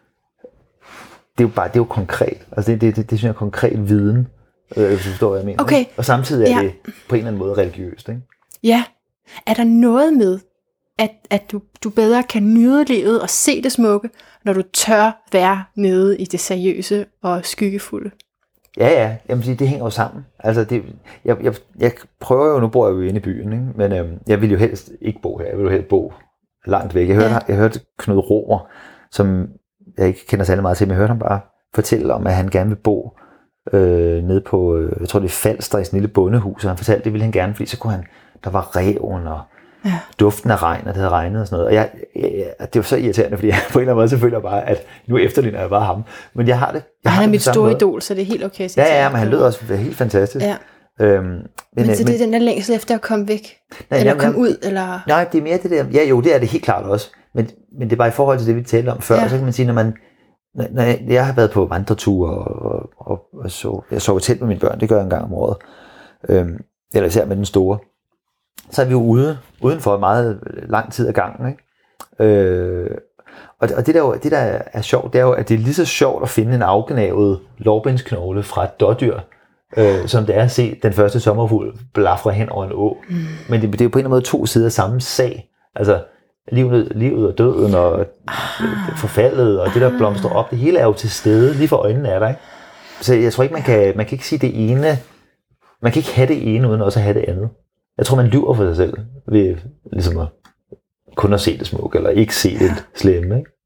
det er jo bare, det er jo konkret, altså det, det, det, det synes jeg er konkret viden, hvis du forstår, hvad jeg mener. Okay. Og samtidig er ja. Det på en eller anden måde religiøst, ikke? Ja. Er der noget med, at, at du, du bedre kan nyde livet og se det smukke, når du tør være nede i det seriøse og skyggefulde? Ja, ja. Jamen, det hænger jo sammen. Altså, det, jeg, jeg, jeg prøver jo, nu bor jeg jo inde i byen, ikke? Men øhm, jeg vil jo helst ikke bo her. Jeg vil jo helst bo langt væk. Jeg hørte, ja. jeg hørte Knud Romer, som jeg ikke kender særlig meget til, men jeg hørte ham bare fortælle om, at han gerne vil bo Øh, nede på, øh, jeg tror det er Falster, i sådan en lille bondehus, og han fortalte, det ville han gerne, fordi så kunne han, der var reven og ja. Duften af regn, og det havde regnet og sådan noget, og jeg, jeg, jeg, det var så irriterende, fordi jeg på en eller anden måde selvfølgelig bare, at nu efterligner jeg bare ham, men jeg har det. Jeg han har er det mit store idol, så det er helt okay at sige. Ja, ja, men han lød også helt fantastisk. Ja. Øhm, men, men så det er den der længsel efter at komme væk? Nej, eller komme ud? Eller? Nej, det er mere det der, ja jo, det er det helt klart også, men, men det er bare i forhold til det, vi talte om før, ja. Så kan man sige, når man Når jeg, jeg har været på vandreture og, og, og så, jeg sover telt med mine børn, det gør jeg en gang om året, øhm, eller især med den store, så er vi jo ude, udenfor meget lang tid ad gangen, ikke? Øh, og og det, der jo, det der er sjovt, det er jo, at det er lige så sjovt at finde en afgnavet lårbensknogle fra et dådyr, øh, som det er at se den første sommerfugl blafre hen over en å. Mm. Men det, det er jo på en eller anden måde to sider af samme sag, altså Livet, livet og døden og ah, forfaldet og det der blomstrer op, det hele er jo til stede lige for øjnene af dig, ikke? Så jeg tror ikke man kan man kan ikke sige det ene, man man kan ikke have det ene, uden også at have det andet. Jeg tror, man lyver for sig selv, ved ligesom at kun at se det smukke, eller ikke se det slemme, ikke?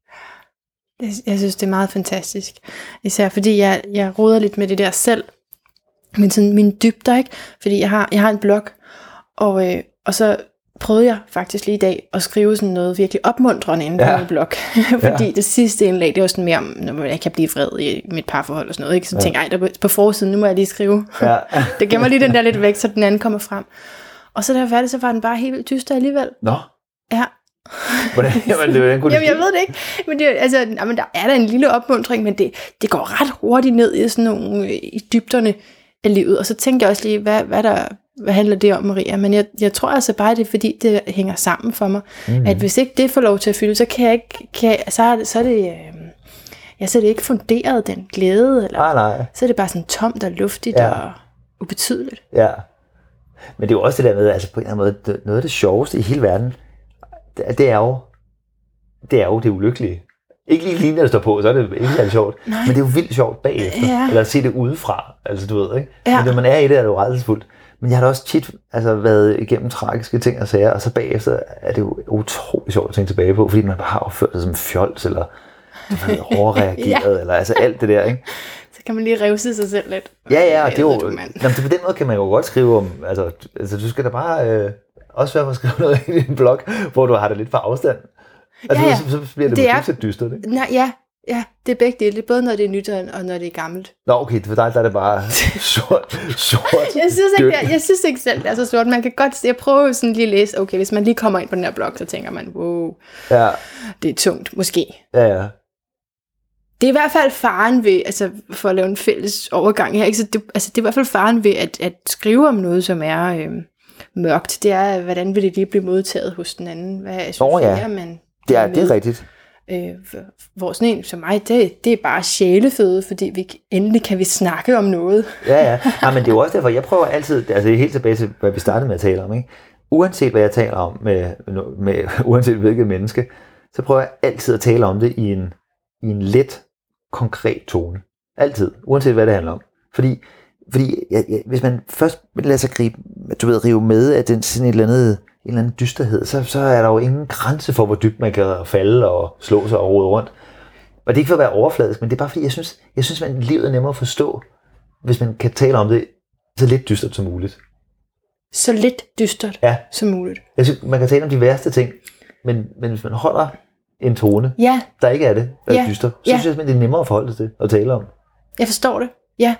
Jeg synes, det er meget fantastisk. Især fordi jeg, jeg roder lidt med det der selv. Men sådan mine dybder, ikke? Fordi jeg har, jeg har en blog, og, øh, og så prøvede jeg faktisk lige i dag at skrive sådan noget virkelig opmuntrende inde på ja. min blog. Fordi ja. det sidste indlæg, det var sådan mere om, når jeg kan blive vred i mit parforhold og sådan noget. Ikke? Så ja. tænkte jeg, ej, der på forsiden, nu må jeg lige skrive. Ja. Det gemmer lige den der lidt væk, så den anden kommer frem. Og så da jeg var færdig, så var den bare helt vildt dyster alligevel. Nå. Ja. Hvordan, jamen, det, hvordan kunne jamen, jeg ved det ikke. Men, det, altså, jamen, der er der en lille opmuntring, men det, det går ret hurtigt ned i sådan nogle i dybderne af livet. Og så tænker jeg også lige, hvad, hvad, der, hvad handler det om, Maria? Men jeg, jeg tror altså bare, det er fordi, det hænger sammen for mig. Mm-hmm. At hvis ikke det får lov til at fylde, så kan jeg ikke, kan jeg, så, er det, så er det, øh, jeg så er det ikke funderet, den glæde. Eller, nej, nej. Så er det bare sådan tomt og luftigt ja. og ubetydeligt. Ja. Men det er jo også det der med, altså på en eller anden måde, noget af det sjoveste i hele verden, det er jo det er jo det ulykkelige. Ikke lige lige, når det står på, så er det ikke særlig sjovt. Nej. Men det er jo vildt sjovt bagefter. Ja. Eller at se det udefra, altså du ved, ikke? Ja. Men når man er i det, er det jo rædselsfuldt. Men jeg har da også tit altså, været igennem tragiske ting og sager, og så bagefter er det jo utroligt sjovt at tænke tilbage på, fordi man bare har opført sig som fjols, eller overreageret, ja. eller altså alt det der, ikke? Så kan man lige revse sig selv lidt. Ja, ja, og det er jo, jamen, på den måde kan man jo godt skrive om, altså, altså du skal da bare øh, også være for at skrive noget i din blog, hvor du har det lidt på afstand. Altså, ja, ja. Så, så bliver det, det måske lidt dystert, ikke? Nej, ja, ja, det er begge dele. Det er både når det er nyt og når det er gammelt. Nå, okay, for dig der er det bare sort, sort. jeg, synes ikke, jeg, jeg synes ikke selv, det er så sort. Man kan godt, jeg prøver sådan lige at læse, okay, hvis man lige kommer ind på den her blog, så tænker man, wow, ja. det er tungt, måske. Ja, ja. Det er i hvert fald faren ved, altså for at lave en fælles overgang her, ikke? Så det, altså det er i hvert fald faren ved at, at skrive om noget, som er øh, mørkt. Det er, hvordan vil det lige blive modtaget hos den anden? Hvad jeg synes, oh, ja. er, man det er, det er rigtigt. Øh, hvor sådan en som mig, det, det er bare sjæleføde, fordi vi endelig kan vi snakke om noget. ja, ja. ja, men det er jo også derfor, jeg prøver altid, altså helt tilbage til, hvad vi startede med at tale om, ikke? Uanset hvad jeg taler om, med, med, uanset hvilket menneske, så prøver jeg altid at tale om det i en, i en let, konkret tone. Altid, uanset hvad det handler om. Fordi, fordi ja, ja, hvis man først lader sig gribe, du ved, rive med af den sådan et eller andet, en eller anden dysterhed, så, så er der jo ingen grænse for, hvor dybt man kan falde og slå sig og rode rundt. Og det er ikke for at være overfladisk, men det er bare fordi, jeg synes, jeg synes at livet er nemmere at forstå, hvis man kan tale om det så lidt dystert som muligt. Så lidt dystert ja. som muligt. Jeg synes, man kan tale om de værste ting, men, men hvis man holder en tone, ja. der ikke er det, der er ja. dyster, så ja. synes jeg, det er nemmere at forholde sig til at tale om. Jeg forstår det, ja.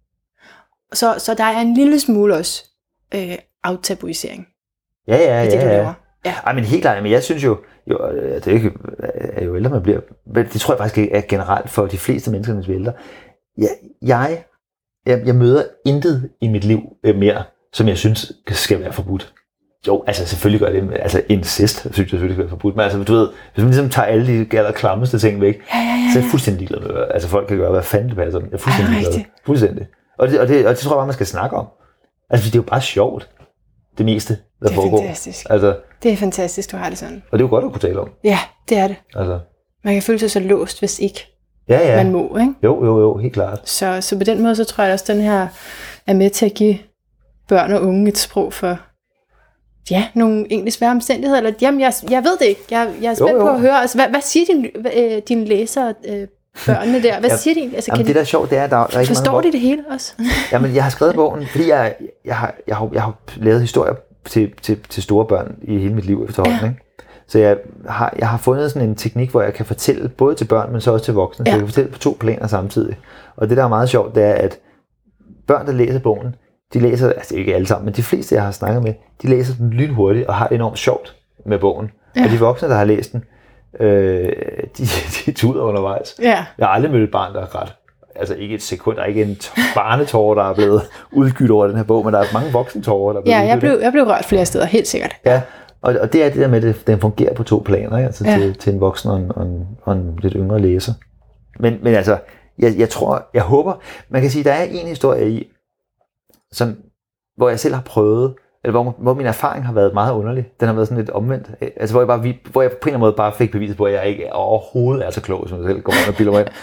Så, så der er en lille smule også øh, aftabuisering. Ja, ja, det, ja. ja. ja. Ej, men helt klart, men jeg synes jo, jo det er ikke, er jo ældre man bliver, men det tror jeg faktisk er generelt for de fleste mennesker, der bliver ældre. Jeg, jeg, jeg, jeg møder intet i mit liv mere, som jeg synes skal være forbudt. Jo, altså selvfølgelig gør det, altså incest synes jeg selvfølgelig skal være forbudt, men altså du ved, hvis man ligesom tager alle de aller klammeste ting væk, ja, ja, ja, så er jeg fuldstændig ligeglad med, altså folk kan gøre, hvad fanden det passer, jeg er fuldstændig ligeglad, fuldstændig. Og det, og, det, og det tror jeg bare, man skal snakke om. Altså det er jo bare sjovt, det meste, der det er foregår. Fantastisk. Altså, det er fantastisk, du har det sådan. Og det er jo godt at kunne tale om. Ja, det er det. Altså. Man kan føle sig så låst, hvis ikke ja, ja. man må, ikke? Jo, jo, jo, helt klart. Så, så på den måde, så tror jeg også, at den her er med til at give børn og unge et sprog for, ja, nogle egentlig svære omstændigheder. Eller, jamen, jeg, jeg ved det ikke. Jeg, jeg er spændt jo, jo. på at høre. Altså, hvad, hvad siger din, øh, dine læsere, øh, børnene der? Hvad ja, siger de? Altså, jamen, det der er sjovt, det er, der, der er ikke forstår mange de det hele også? Jamen, jeg har skrevet bogen, fordi jeg, jeg, har, jeg, har, jeg har lavet historier til, til, til store børn i hele mit liv efterhånden, ja. Ikke? Så jeg har, jeg har fundet sådan en teknik, hvor jeg kan fortælle både til børn, men så også til voksne. Ja. Så jeg kan fortælle på to planer samtidig. Og det, der er meget sjovt, det er, at børn, der læser bogen, de læser, altså ikke alle sammen, men de fleste, jeg har snakket med, de læser den lynhurtigt og har det enormt sjovt med bogen. Ja. Og de voksne, der har læst den, øh, de, de tuder undervejs. Ja. Jeg har aldrig mødt et barn, der er ret. Altså ikke et sekund, der er ikke en barnetårer, der er blevet udgydt over den her bog, men der er mange voksne tårer, der er blevet Ja, jeg blev, jeg blev rørt flere steder, helt sikkert. Ja, og, og det er det der med, at den fungerer på to planer, ikke? Altså ja. til, til en voksen og en, og, en, og en lidt yngre læser. Men, men altså, jeg, jeg tror, jeg håber, man kan sige, der er en historie i, som, hvor jeg selv har prøvet, eller hvor, hvor min erfaring har været meget underlig. Den har været sådan lidt omvendt. Altså, hvor jeg, bare, hvor jeg på en eller anden måde bare fik beviset på, at jeg ikke overhovedet er så klog, som jeg selv går rundt og bilder mig ind.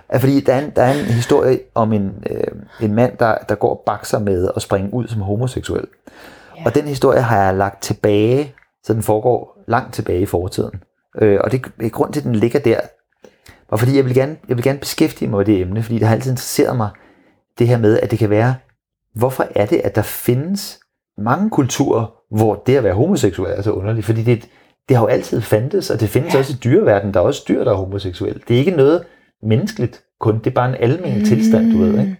Ja, fordi der er, en, der er en historie om en, øh, en mand, der, der går og bakser med at springe ud som homoseksuel. Ja. Og den historie har jeg lagt tilbage, så den foregår langt tilbage i fortiden. Øh, og det er grund til, at den ligger der, og fordi jeg vil, gerne, jeg vil gerne beskæftige mig med det emne, fordi det har altid interesseret mig, det her med, at det kan være, hvorfor er det, at der findes mange kulturer, hvor det at være homoseksuel er så underligt, fordi det, det har jo altid fandtes, og det findes ja. også i dyreverdenen, der er også dyr, der er homoseksuelle. Det er ikke noget menneskeligt kun, det er bare en almen mm. tilstand, du ved, ikke?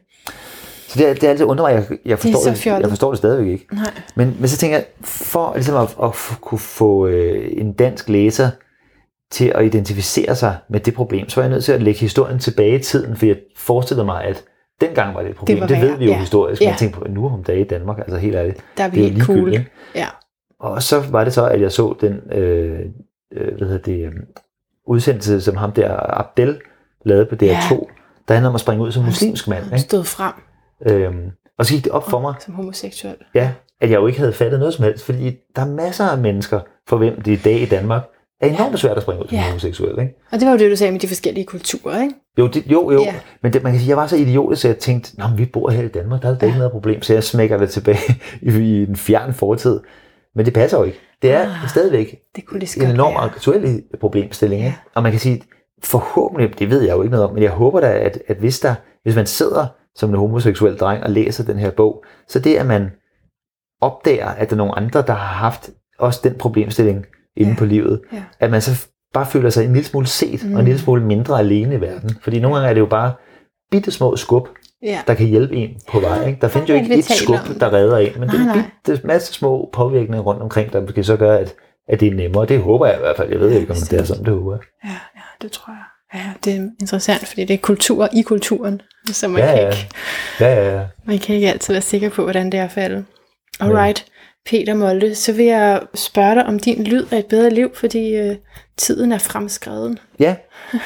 Så det, det er altid undret mig, jeg, jeg, forstår det, jeg forstår det stadigvæk ikke. Men, men så tænker jeg, for ligesom at, at kunne få øh, en dansk læser til at identificere sig med det problem, så er jeg nødt til at lægge historien tilbage i tiden, for jeg forestiller mig, at dengang var det et problem. Det, det ved vi jo ja. historisk, men ja. jeg tænkte på, nu om dagen i Danmark, altså helt ærligt. Der er vi helt cool. Ja. Og så var det så, at jeg så den øh, øh, hvad hedder det, udsendelse, som ham der Abdel lavede på D R to, ja. der handler om at springe ud som muslimsk mand. Han stod frem. Øhm, og så gik det op for mig, som homoseksuel. Ja, at jeg jo ikke havde fattet noget som helst, fordi der er masser af mennesker, for hvem det i dag i Danmark er enormt ja. svært at springe ud som ja. homoseksuel, ikke? Og det var jo det, du sagde med de forskellige kulturer, ikke? Jo, det, jo, jo. Ja. Men det, man kan sige, jeg var så idiotisk, så jeg tænkte, nå, vi bor her i Danmark, der er ja. ikke noget problem, så jeg smækker det tilbage i, i en fjern fortid. Men det passer jo ikke. Det er ah, stadigvæk det en enorm aktuel problemstilling, ja. ikke? Og man kan sige, forhåbentlig, det ved jeg jo ikke noget om, men jeg håber da, at, at hvis, der, hvis man sidder som en homoseksuel dreng og læser den her bog, så det, at man opdager, at der er nogle andre, der har haft også den problemstilling inde ja. på livet, ja. at man så bare føler sig en lille smule set, mm. og en lille smule mindre alene i verden. Fordi nogle gange er det jo bare bitte små skub, ja. der kan hjælpe en på vej. Ikke? Der findes jo ikke et skub, der redder en, men nej, det er en bitte masse små påvirkninger rundt omkring, der kan så gøre, at, at det er nemmere. Det håber jeg i hvert fald. Jeg ved ikke, om det er sådan, det håber jeg. Ja, ja, det tror jeg. Ja, det er interessant, fordi det er kultur i kulturen, så man, ja, kan ja. Ikke, ja, ja, ja. man kan ikke altid være sikker på, hvordan det er faldet. Alright, ja. Peter Molde, så vil jeg spørge dig om din lyd af et bedre liv, fordi øh, tiden er fremskreden. Ja.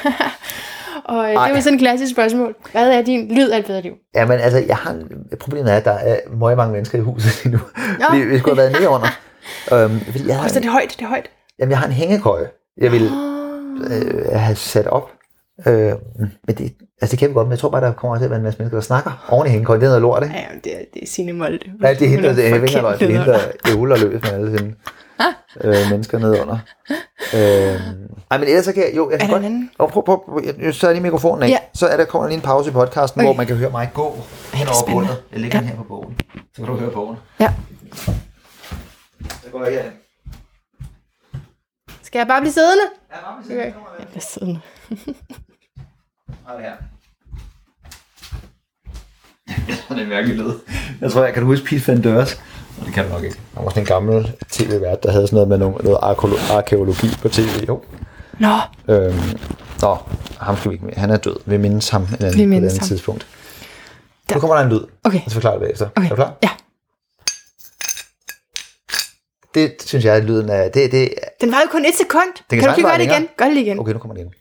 Og øh, det er jo sådan et klassisk spørgsmål. Hvad er din lyd af et bedre liv? Jamen altså, jeg har problemet er, at der er meget mange mennesker i huset lige nu. Ja. Fordi vi skulle have været nede under. Øhm, fordi jeg har, så det er højt, det er højt. Jamen, jeg har en hængekøje, jeg vil øh, have sat op. Øh, men det, altså det kan vi godt, men jeg tror bare, der kommer til at være en masse mennesker, der snakker oven i hængekøjen. Det er noget lort, ikke? Ja, det er, det er Signe Molde. Ja, det er hende, det er hende, der, det er hende, der ævler løs med alle sine øh, mennesker nede under. Øh, ej, men ellers så kan jeg, jo, jeg kan godt, og prøv, prøv, prøv, jeg så er lige mikrofonen af, ja. så er der, kommer lige en pause i podcasten, okay. hvor man kan høre mig gå hen over gulvet. Jeg lægger ja. den her på bogen, så kan du høre bogen. Ja. Så går jeg herhen. Skal jeg bare blive siddende? Ja, bare blive siddende. Okay. Jeg bliver siddende. Og det her. Det er en mærkelig lyd. Jeg tror, jeg kan du huske Pete Van Deurs? Det kan du nok ikke. Der var sådan en gammel tv-vært, der havde sådan noget med noget, noget arkæologi på tv. Jo. Nå. Øhm, nå, ham skal vi ikke med. Han er død. Vi mindes ham en anden, på et andet tidspunkt. Der. Nu kommer der en lyd. Okay. Jeg skal forklare det bagefter. Okay. Er du klar? Ja. Det synes jeg, at lyden er... Det, det, den var jo kun et sekund. Kan, kan du ikke gøre det igen? Gør det igen. Okay, nu kommer det igen.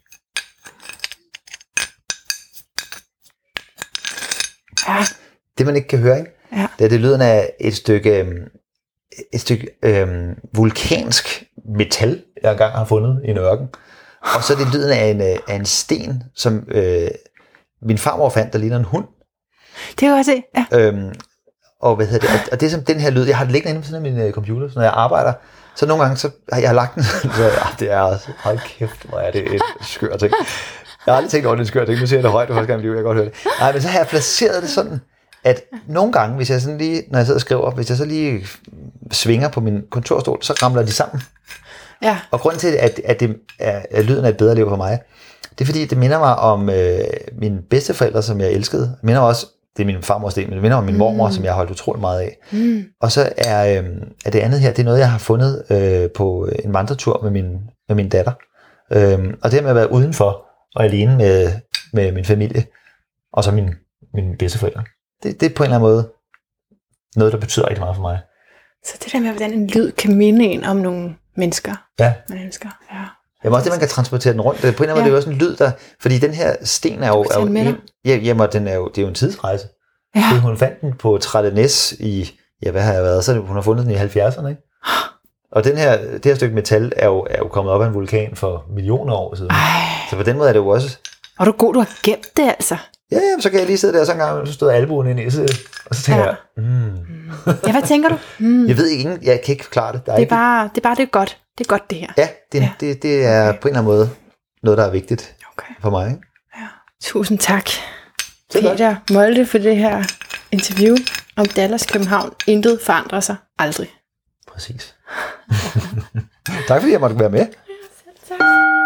Ja. Det man ikke kan høre, ikke? Ja. Det er det lyden af et stykke, et stykke øhm, vulkansk metal, jeg engang har fundet i en ørken. Og så er det lyden af en, af en sten, som øh, min farmor fandt, der ligner en hund. Det kan jeg se, ja. Øhm, og hvad hedder det? Og det er som den her lyd, jeg har det liggende inde på sådan min computer, så når jeg arbejder, så nogle gange, så har jeg lagt den, så ja, det er altså, hold kæft, hvor er det et skør ting. Jeg har aldrig tænkt over det skør ting, nu siger jeg det højt, det første gang i livet, jeg kan godt høre det. Nej, men så har jeg placeret det sådan, at nogle gange, hvis jeg sådan lige, når jeg sidder og skriver, hvis jeg så lige svinger på min kontorstol, så ramler de sammen. Ja. Og grunden til, at, at det er, at lyden er et bedre liv for mig, det er fordi, det minder mig om øh, mine bedsteforældre, som jeg elskede. Det minder mig også, det er min farmors del, men det minder mig om min mormor, mm. som jeg har holdt utroligt meget af. Mm. Og så er, øh, er det andet her, det er noget, jeg har fundet øh, på en vandretur med min, med min datter. Øh, og det med at være udenfor og alene med, med min familie, og så min, mine bedsteforældre. Det, det er på en eller anden måde noget, der betyder rigtig meget for mig. Så det der med, hvordan en lyd kan minde en om nogle mennesker, ja. man elsker. Ja. Jamen også det, man kan transportere den rundt. På en eller anden måde, ja. det er jo også en lyd, der... Fordi den her sten er jo... Er jo en, ja, jamen, den er jo, det er jo en tidsrejse. Ja. Det, hun fandt den på Trædenes i... Ja, hvad har jeg været? Så hun har fundet den i halvfjerdserne, ikke? Og den her, det her stykke metal er jo, er jo kommet op af en vulkan for millioner år siden. Ej. Så på den måde er det jo også... Og du er god, du har gemt det altså. Ja, ja, så kan jeg lige sidde der, så en gang, så stod albuen ind i, så, og så tænker ja. jeg, mm. Ja, hvad tænker du? Mm. Jeg ved ikke, jeg kan ikke forklare det. Der er det, er ikke... bare, det er bare, det er godt. Det er godt, det her. Ja, det, ja. det, det er okay. På en eller anden måde noget, der er vigtigt okay. for mig. Ikke? Ja. Tusind tak, Peter Molde, for det her interview om Dallas København. Intet forandrer sig aldrig. Præcis. Tak fordi jeg måtte være med. Ja, selv tak.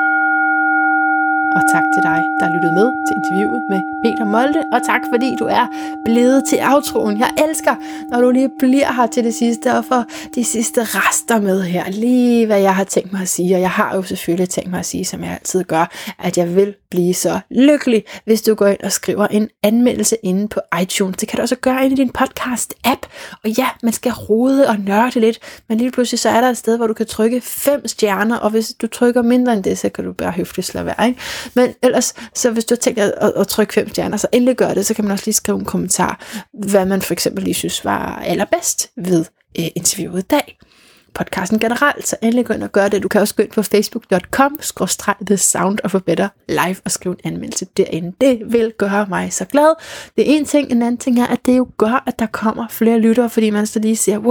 Og tak til dig, der lyttede med til interviewet med Peter Molde. Og tak fordi du er blevet til outroen. Jeg elsker, når du lige bliver her til det sidste, og får de sidste rester med her. Lige hvad jeg har tænkt mig at sige. Og jeg har jo selvfølgelig tænkt mig at sige, som jeg altid gør, at jeg vil blive så lykkelig, hvis du går ind og skriver en anmeldelse inde på iTunes. Det kan du også gøre inde i din podcast-app. Og ja, man skal rode og nørde lidt, men lige pludselig så er der et sted, hvor du kan trykke fem stjerner, og hvis du trykker mindre end det, så kan du bare høfligt lade være, ikke? Men ellers, så hvis du har tænkt at, at trykke fem stjerner, så endelig gør det, så kan man også lige skrive en kommentar, hvad man for eksempel lige synes var allerbedst ved øh, interviewet i dag. Podcasten generelt, så endelig gå ind og gøre det. Du kan også gå ind på facebook punktum com skråstreg the sound of a better life og skrive en anmeldelse derinde. Det vil gøre mig så glad. Det er en ting. En anden ting er, at det jo gør, at der kommer flere lyttere, fordi man så lige siger,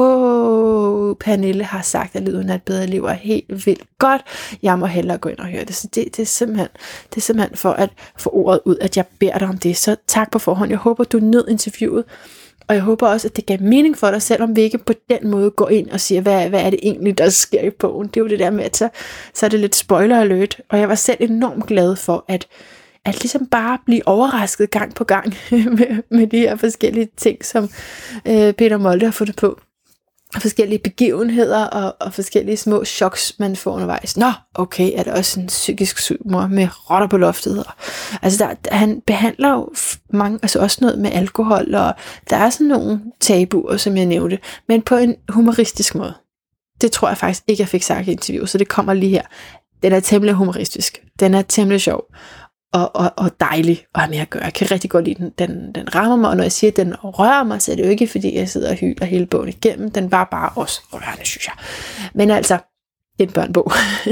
wow, Pernille har sagt, at lyden af et bedre liv er helt vildt godt. Jeg må hellere gå ind og høre det. Så det, det, er simpelthen, det er simpelthen for at få ordet ud, at jeg beder dig om det. Så tak på forhånd. Jeg håber, du nød interviewet. Og jeg håber også, at det gav mening for dig, selvom vi ikke på den måde går ind og siger, hvad, hvad er det egentlig, der sker i bogen. Det er jo det der med, at så, så er det lidt spoiler alert. Og jeg var selv enormt glad for, at, at ligesom bare blive overrasket gang på gang med, med de her forskellige ting, som øh, Peter Molde har fundet på. Forskellige begivenheder og, og forskellige små choks, man får undervejs. Nå, okay, er det også en psykisk syg mor med rotter på loftet? Og, altså, der, han behandler jo mange, altså også noget med alkohol, og der er sådan nogle tabuer, som jeg nævnte, men på en humoristisk måde. Det tror jeg faktisk ikke, jeg fik sagt i interview, så det kommer lige her. Den er temmelig humoristisk. Den er temmelig sjov. Og, og, og dejlig at have med at gøre. Jeg kan rigtig godt lide den. Den, den rammer mig, og når jeg siger, at den rører mig, så er det jo ikke, fordi jeg sidder og hyler hele bogen igennem. Den var bare også rørende, synes jeg. Men altså, det er en børnebog.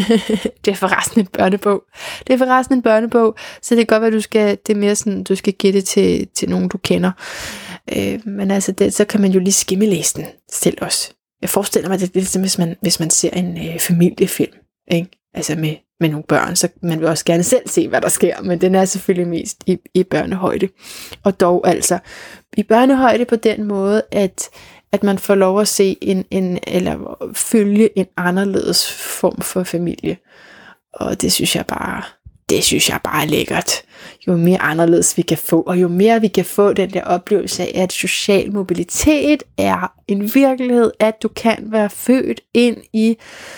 Det er forresten en børnebog. Det er forresten en børnebog, så det kan godt være, at du skal, det er mere sådan, du skal give det til, til nogen, du kender. Øh, men altså, det, så kan man jo lige skimmelæse den selv også. Jeg forestiller mig, at det er lidt som, hvis man, hvis man ser en øh, familiefilm, ikke? Altså med med nogle børn, så man vil også gerne selv se, hvad der sker, men den er selvfølgelig mest i, i børnehøjde. Og dog altså i børnehøjde på den måde, at, at man får lov at se en, en, eller følge en anderledes form for familie. Og det synes jeg bare, det synes jeg bare er lækkert. Jo mere anderledes vi kan få, og jo mere vi kan få den der oplevelse af, at social mobilitet er en virkelighed, at du kan være født ind i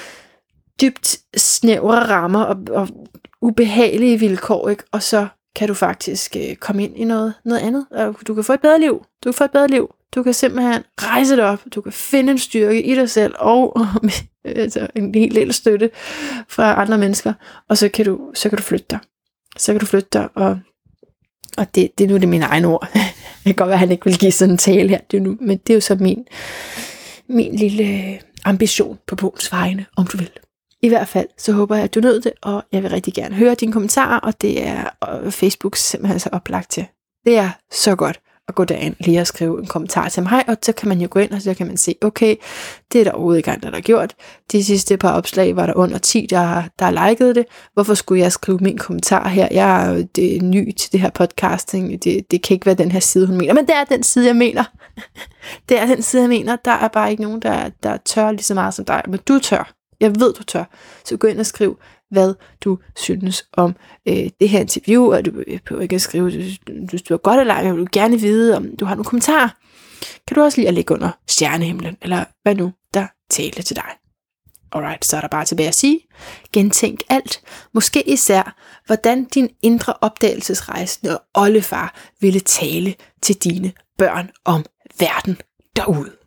dybt snævre rammer og, og ubehagelige vilkår, ikke? Og så kan du faktisk øh, komme ind i noget, noget andet. Og du kan få et bedre liv. Du kan få et bedre liv. Du kan simpelthen rejse dig op. Du kan finde en styrke i dig selv, og øh, altså, en helt lille støtte fra andre mennesker. Og så kan du, så kan du flytte dig. Så kan du flytte dig, og, og det, det er nu det mine egne ord. Det kan godt være, at han ikke vil give sådan en tale her, det er nu, men det er jo så min, min lille ambition på bogens vegne, om du vil. I hvert fald, så håber jeg, at du nød det, og jeg vil rigtig gerne høre dine kommentarer, og det er Facebook simpelthen så oplagt til. Det er så godt at gå derind lige og skrive en kommentar til mig, og så kan man jo gå ind, og så kan man se, okay, det er der overhovedet ikke andre, der har gjort. De sidste par opslag var der under ti, der, der har liket det. Hvorfor skulle jeg skrive min kommentar her? Jeg er jo det er ny til det her podcasting. Det, det kan ikke være den her side, hun mener. Men det er den side, jeg mener. Det er den side, jeg mener. Der er bare ikke nogen, der, der tør lige så meget som dig. Men du tør. Jeg ved, du tør. Så gå ind og skriv, hvad du synes om øh, det her interview, og du behøver ikke at skrive, du du er godt eller ej, jeg vil gerne vide, om du har nogle kommentarer. Kan du også lige at lægge under stjernehimlen, eller hvad nu, der taler til dig. Alright, så er der bare tilbage at sige, gentænk alt, måske især, hvordan din indre opdagelsesrejsende oldefar ville tale til dine børn om verden derude.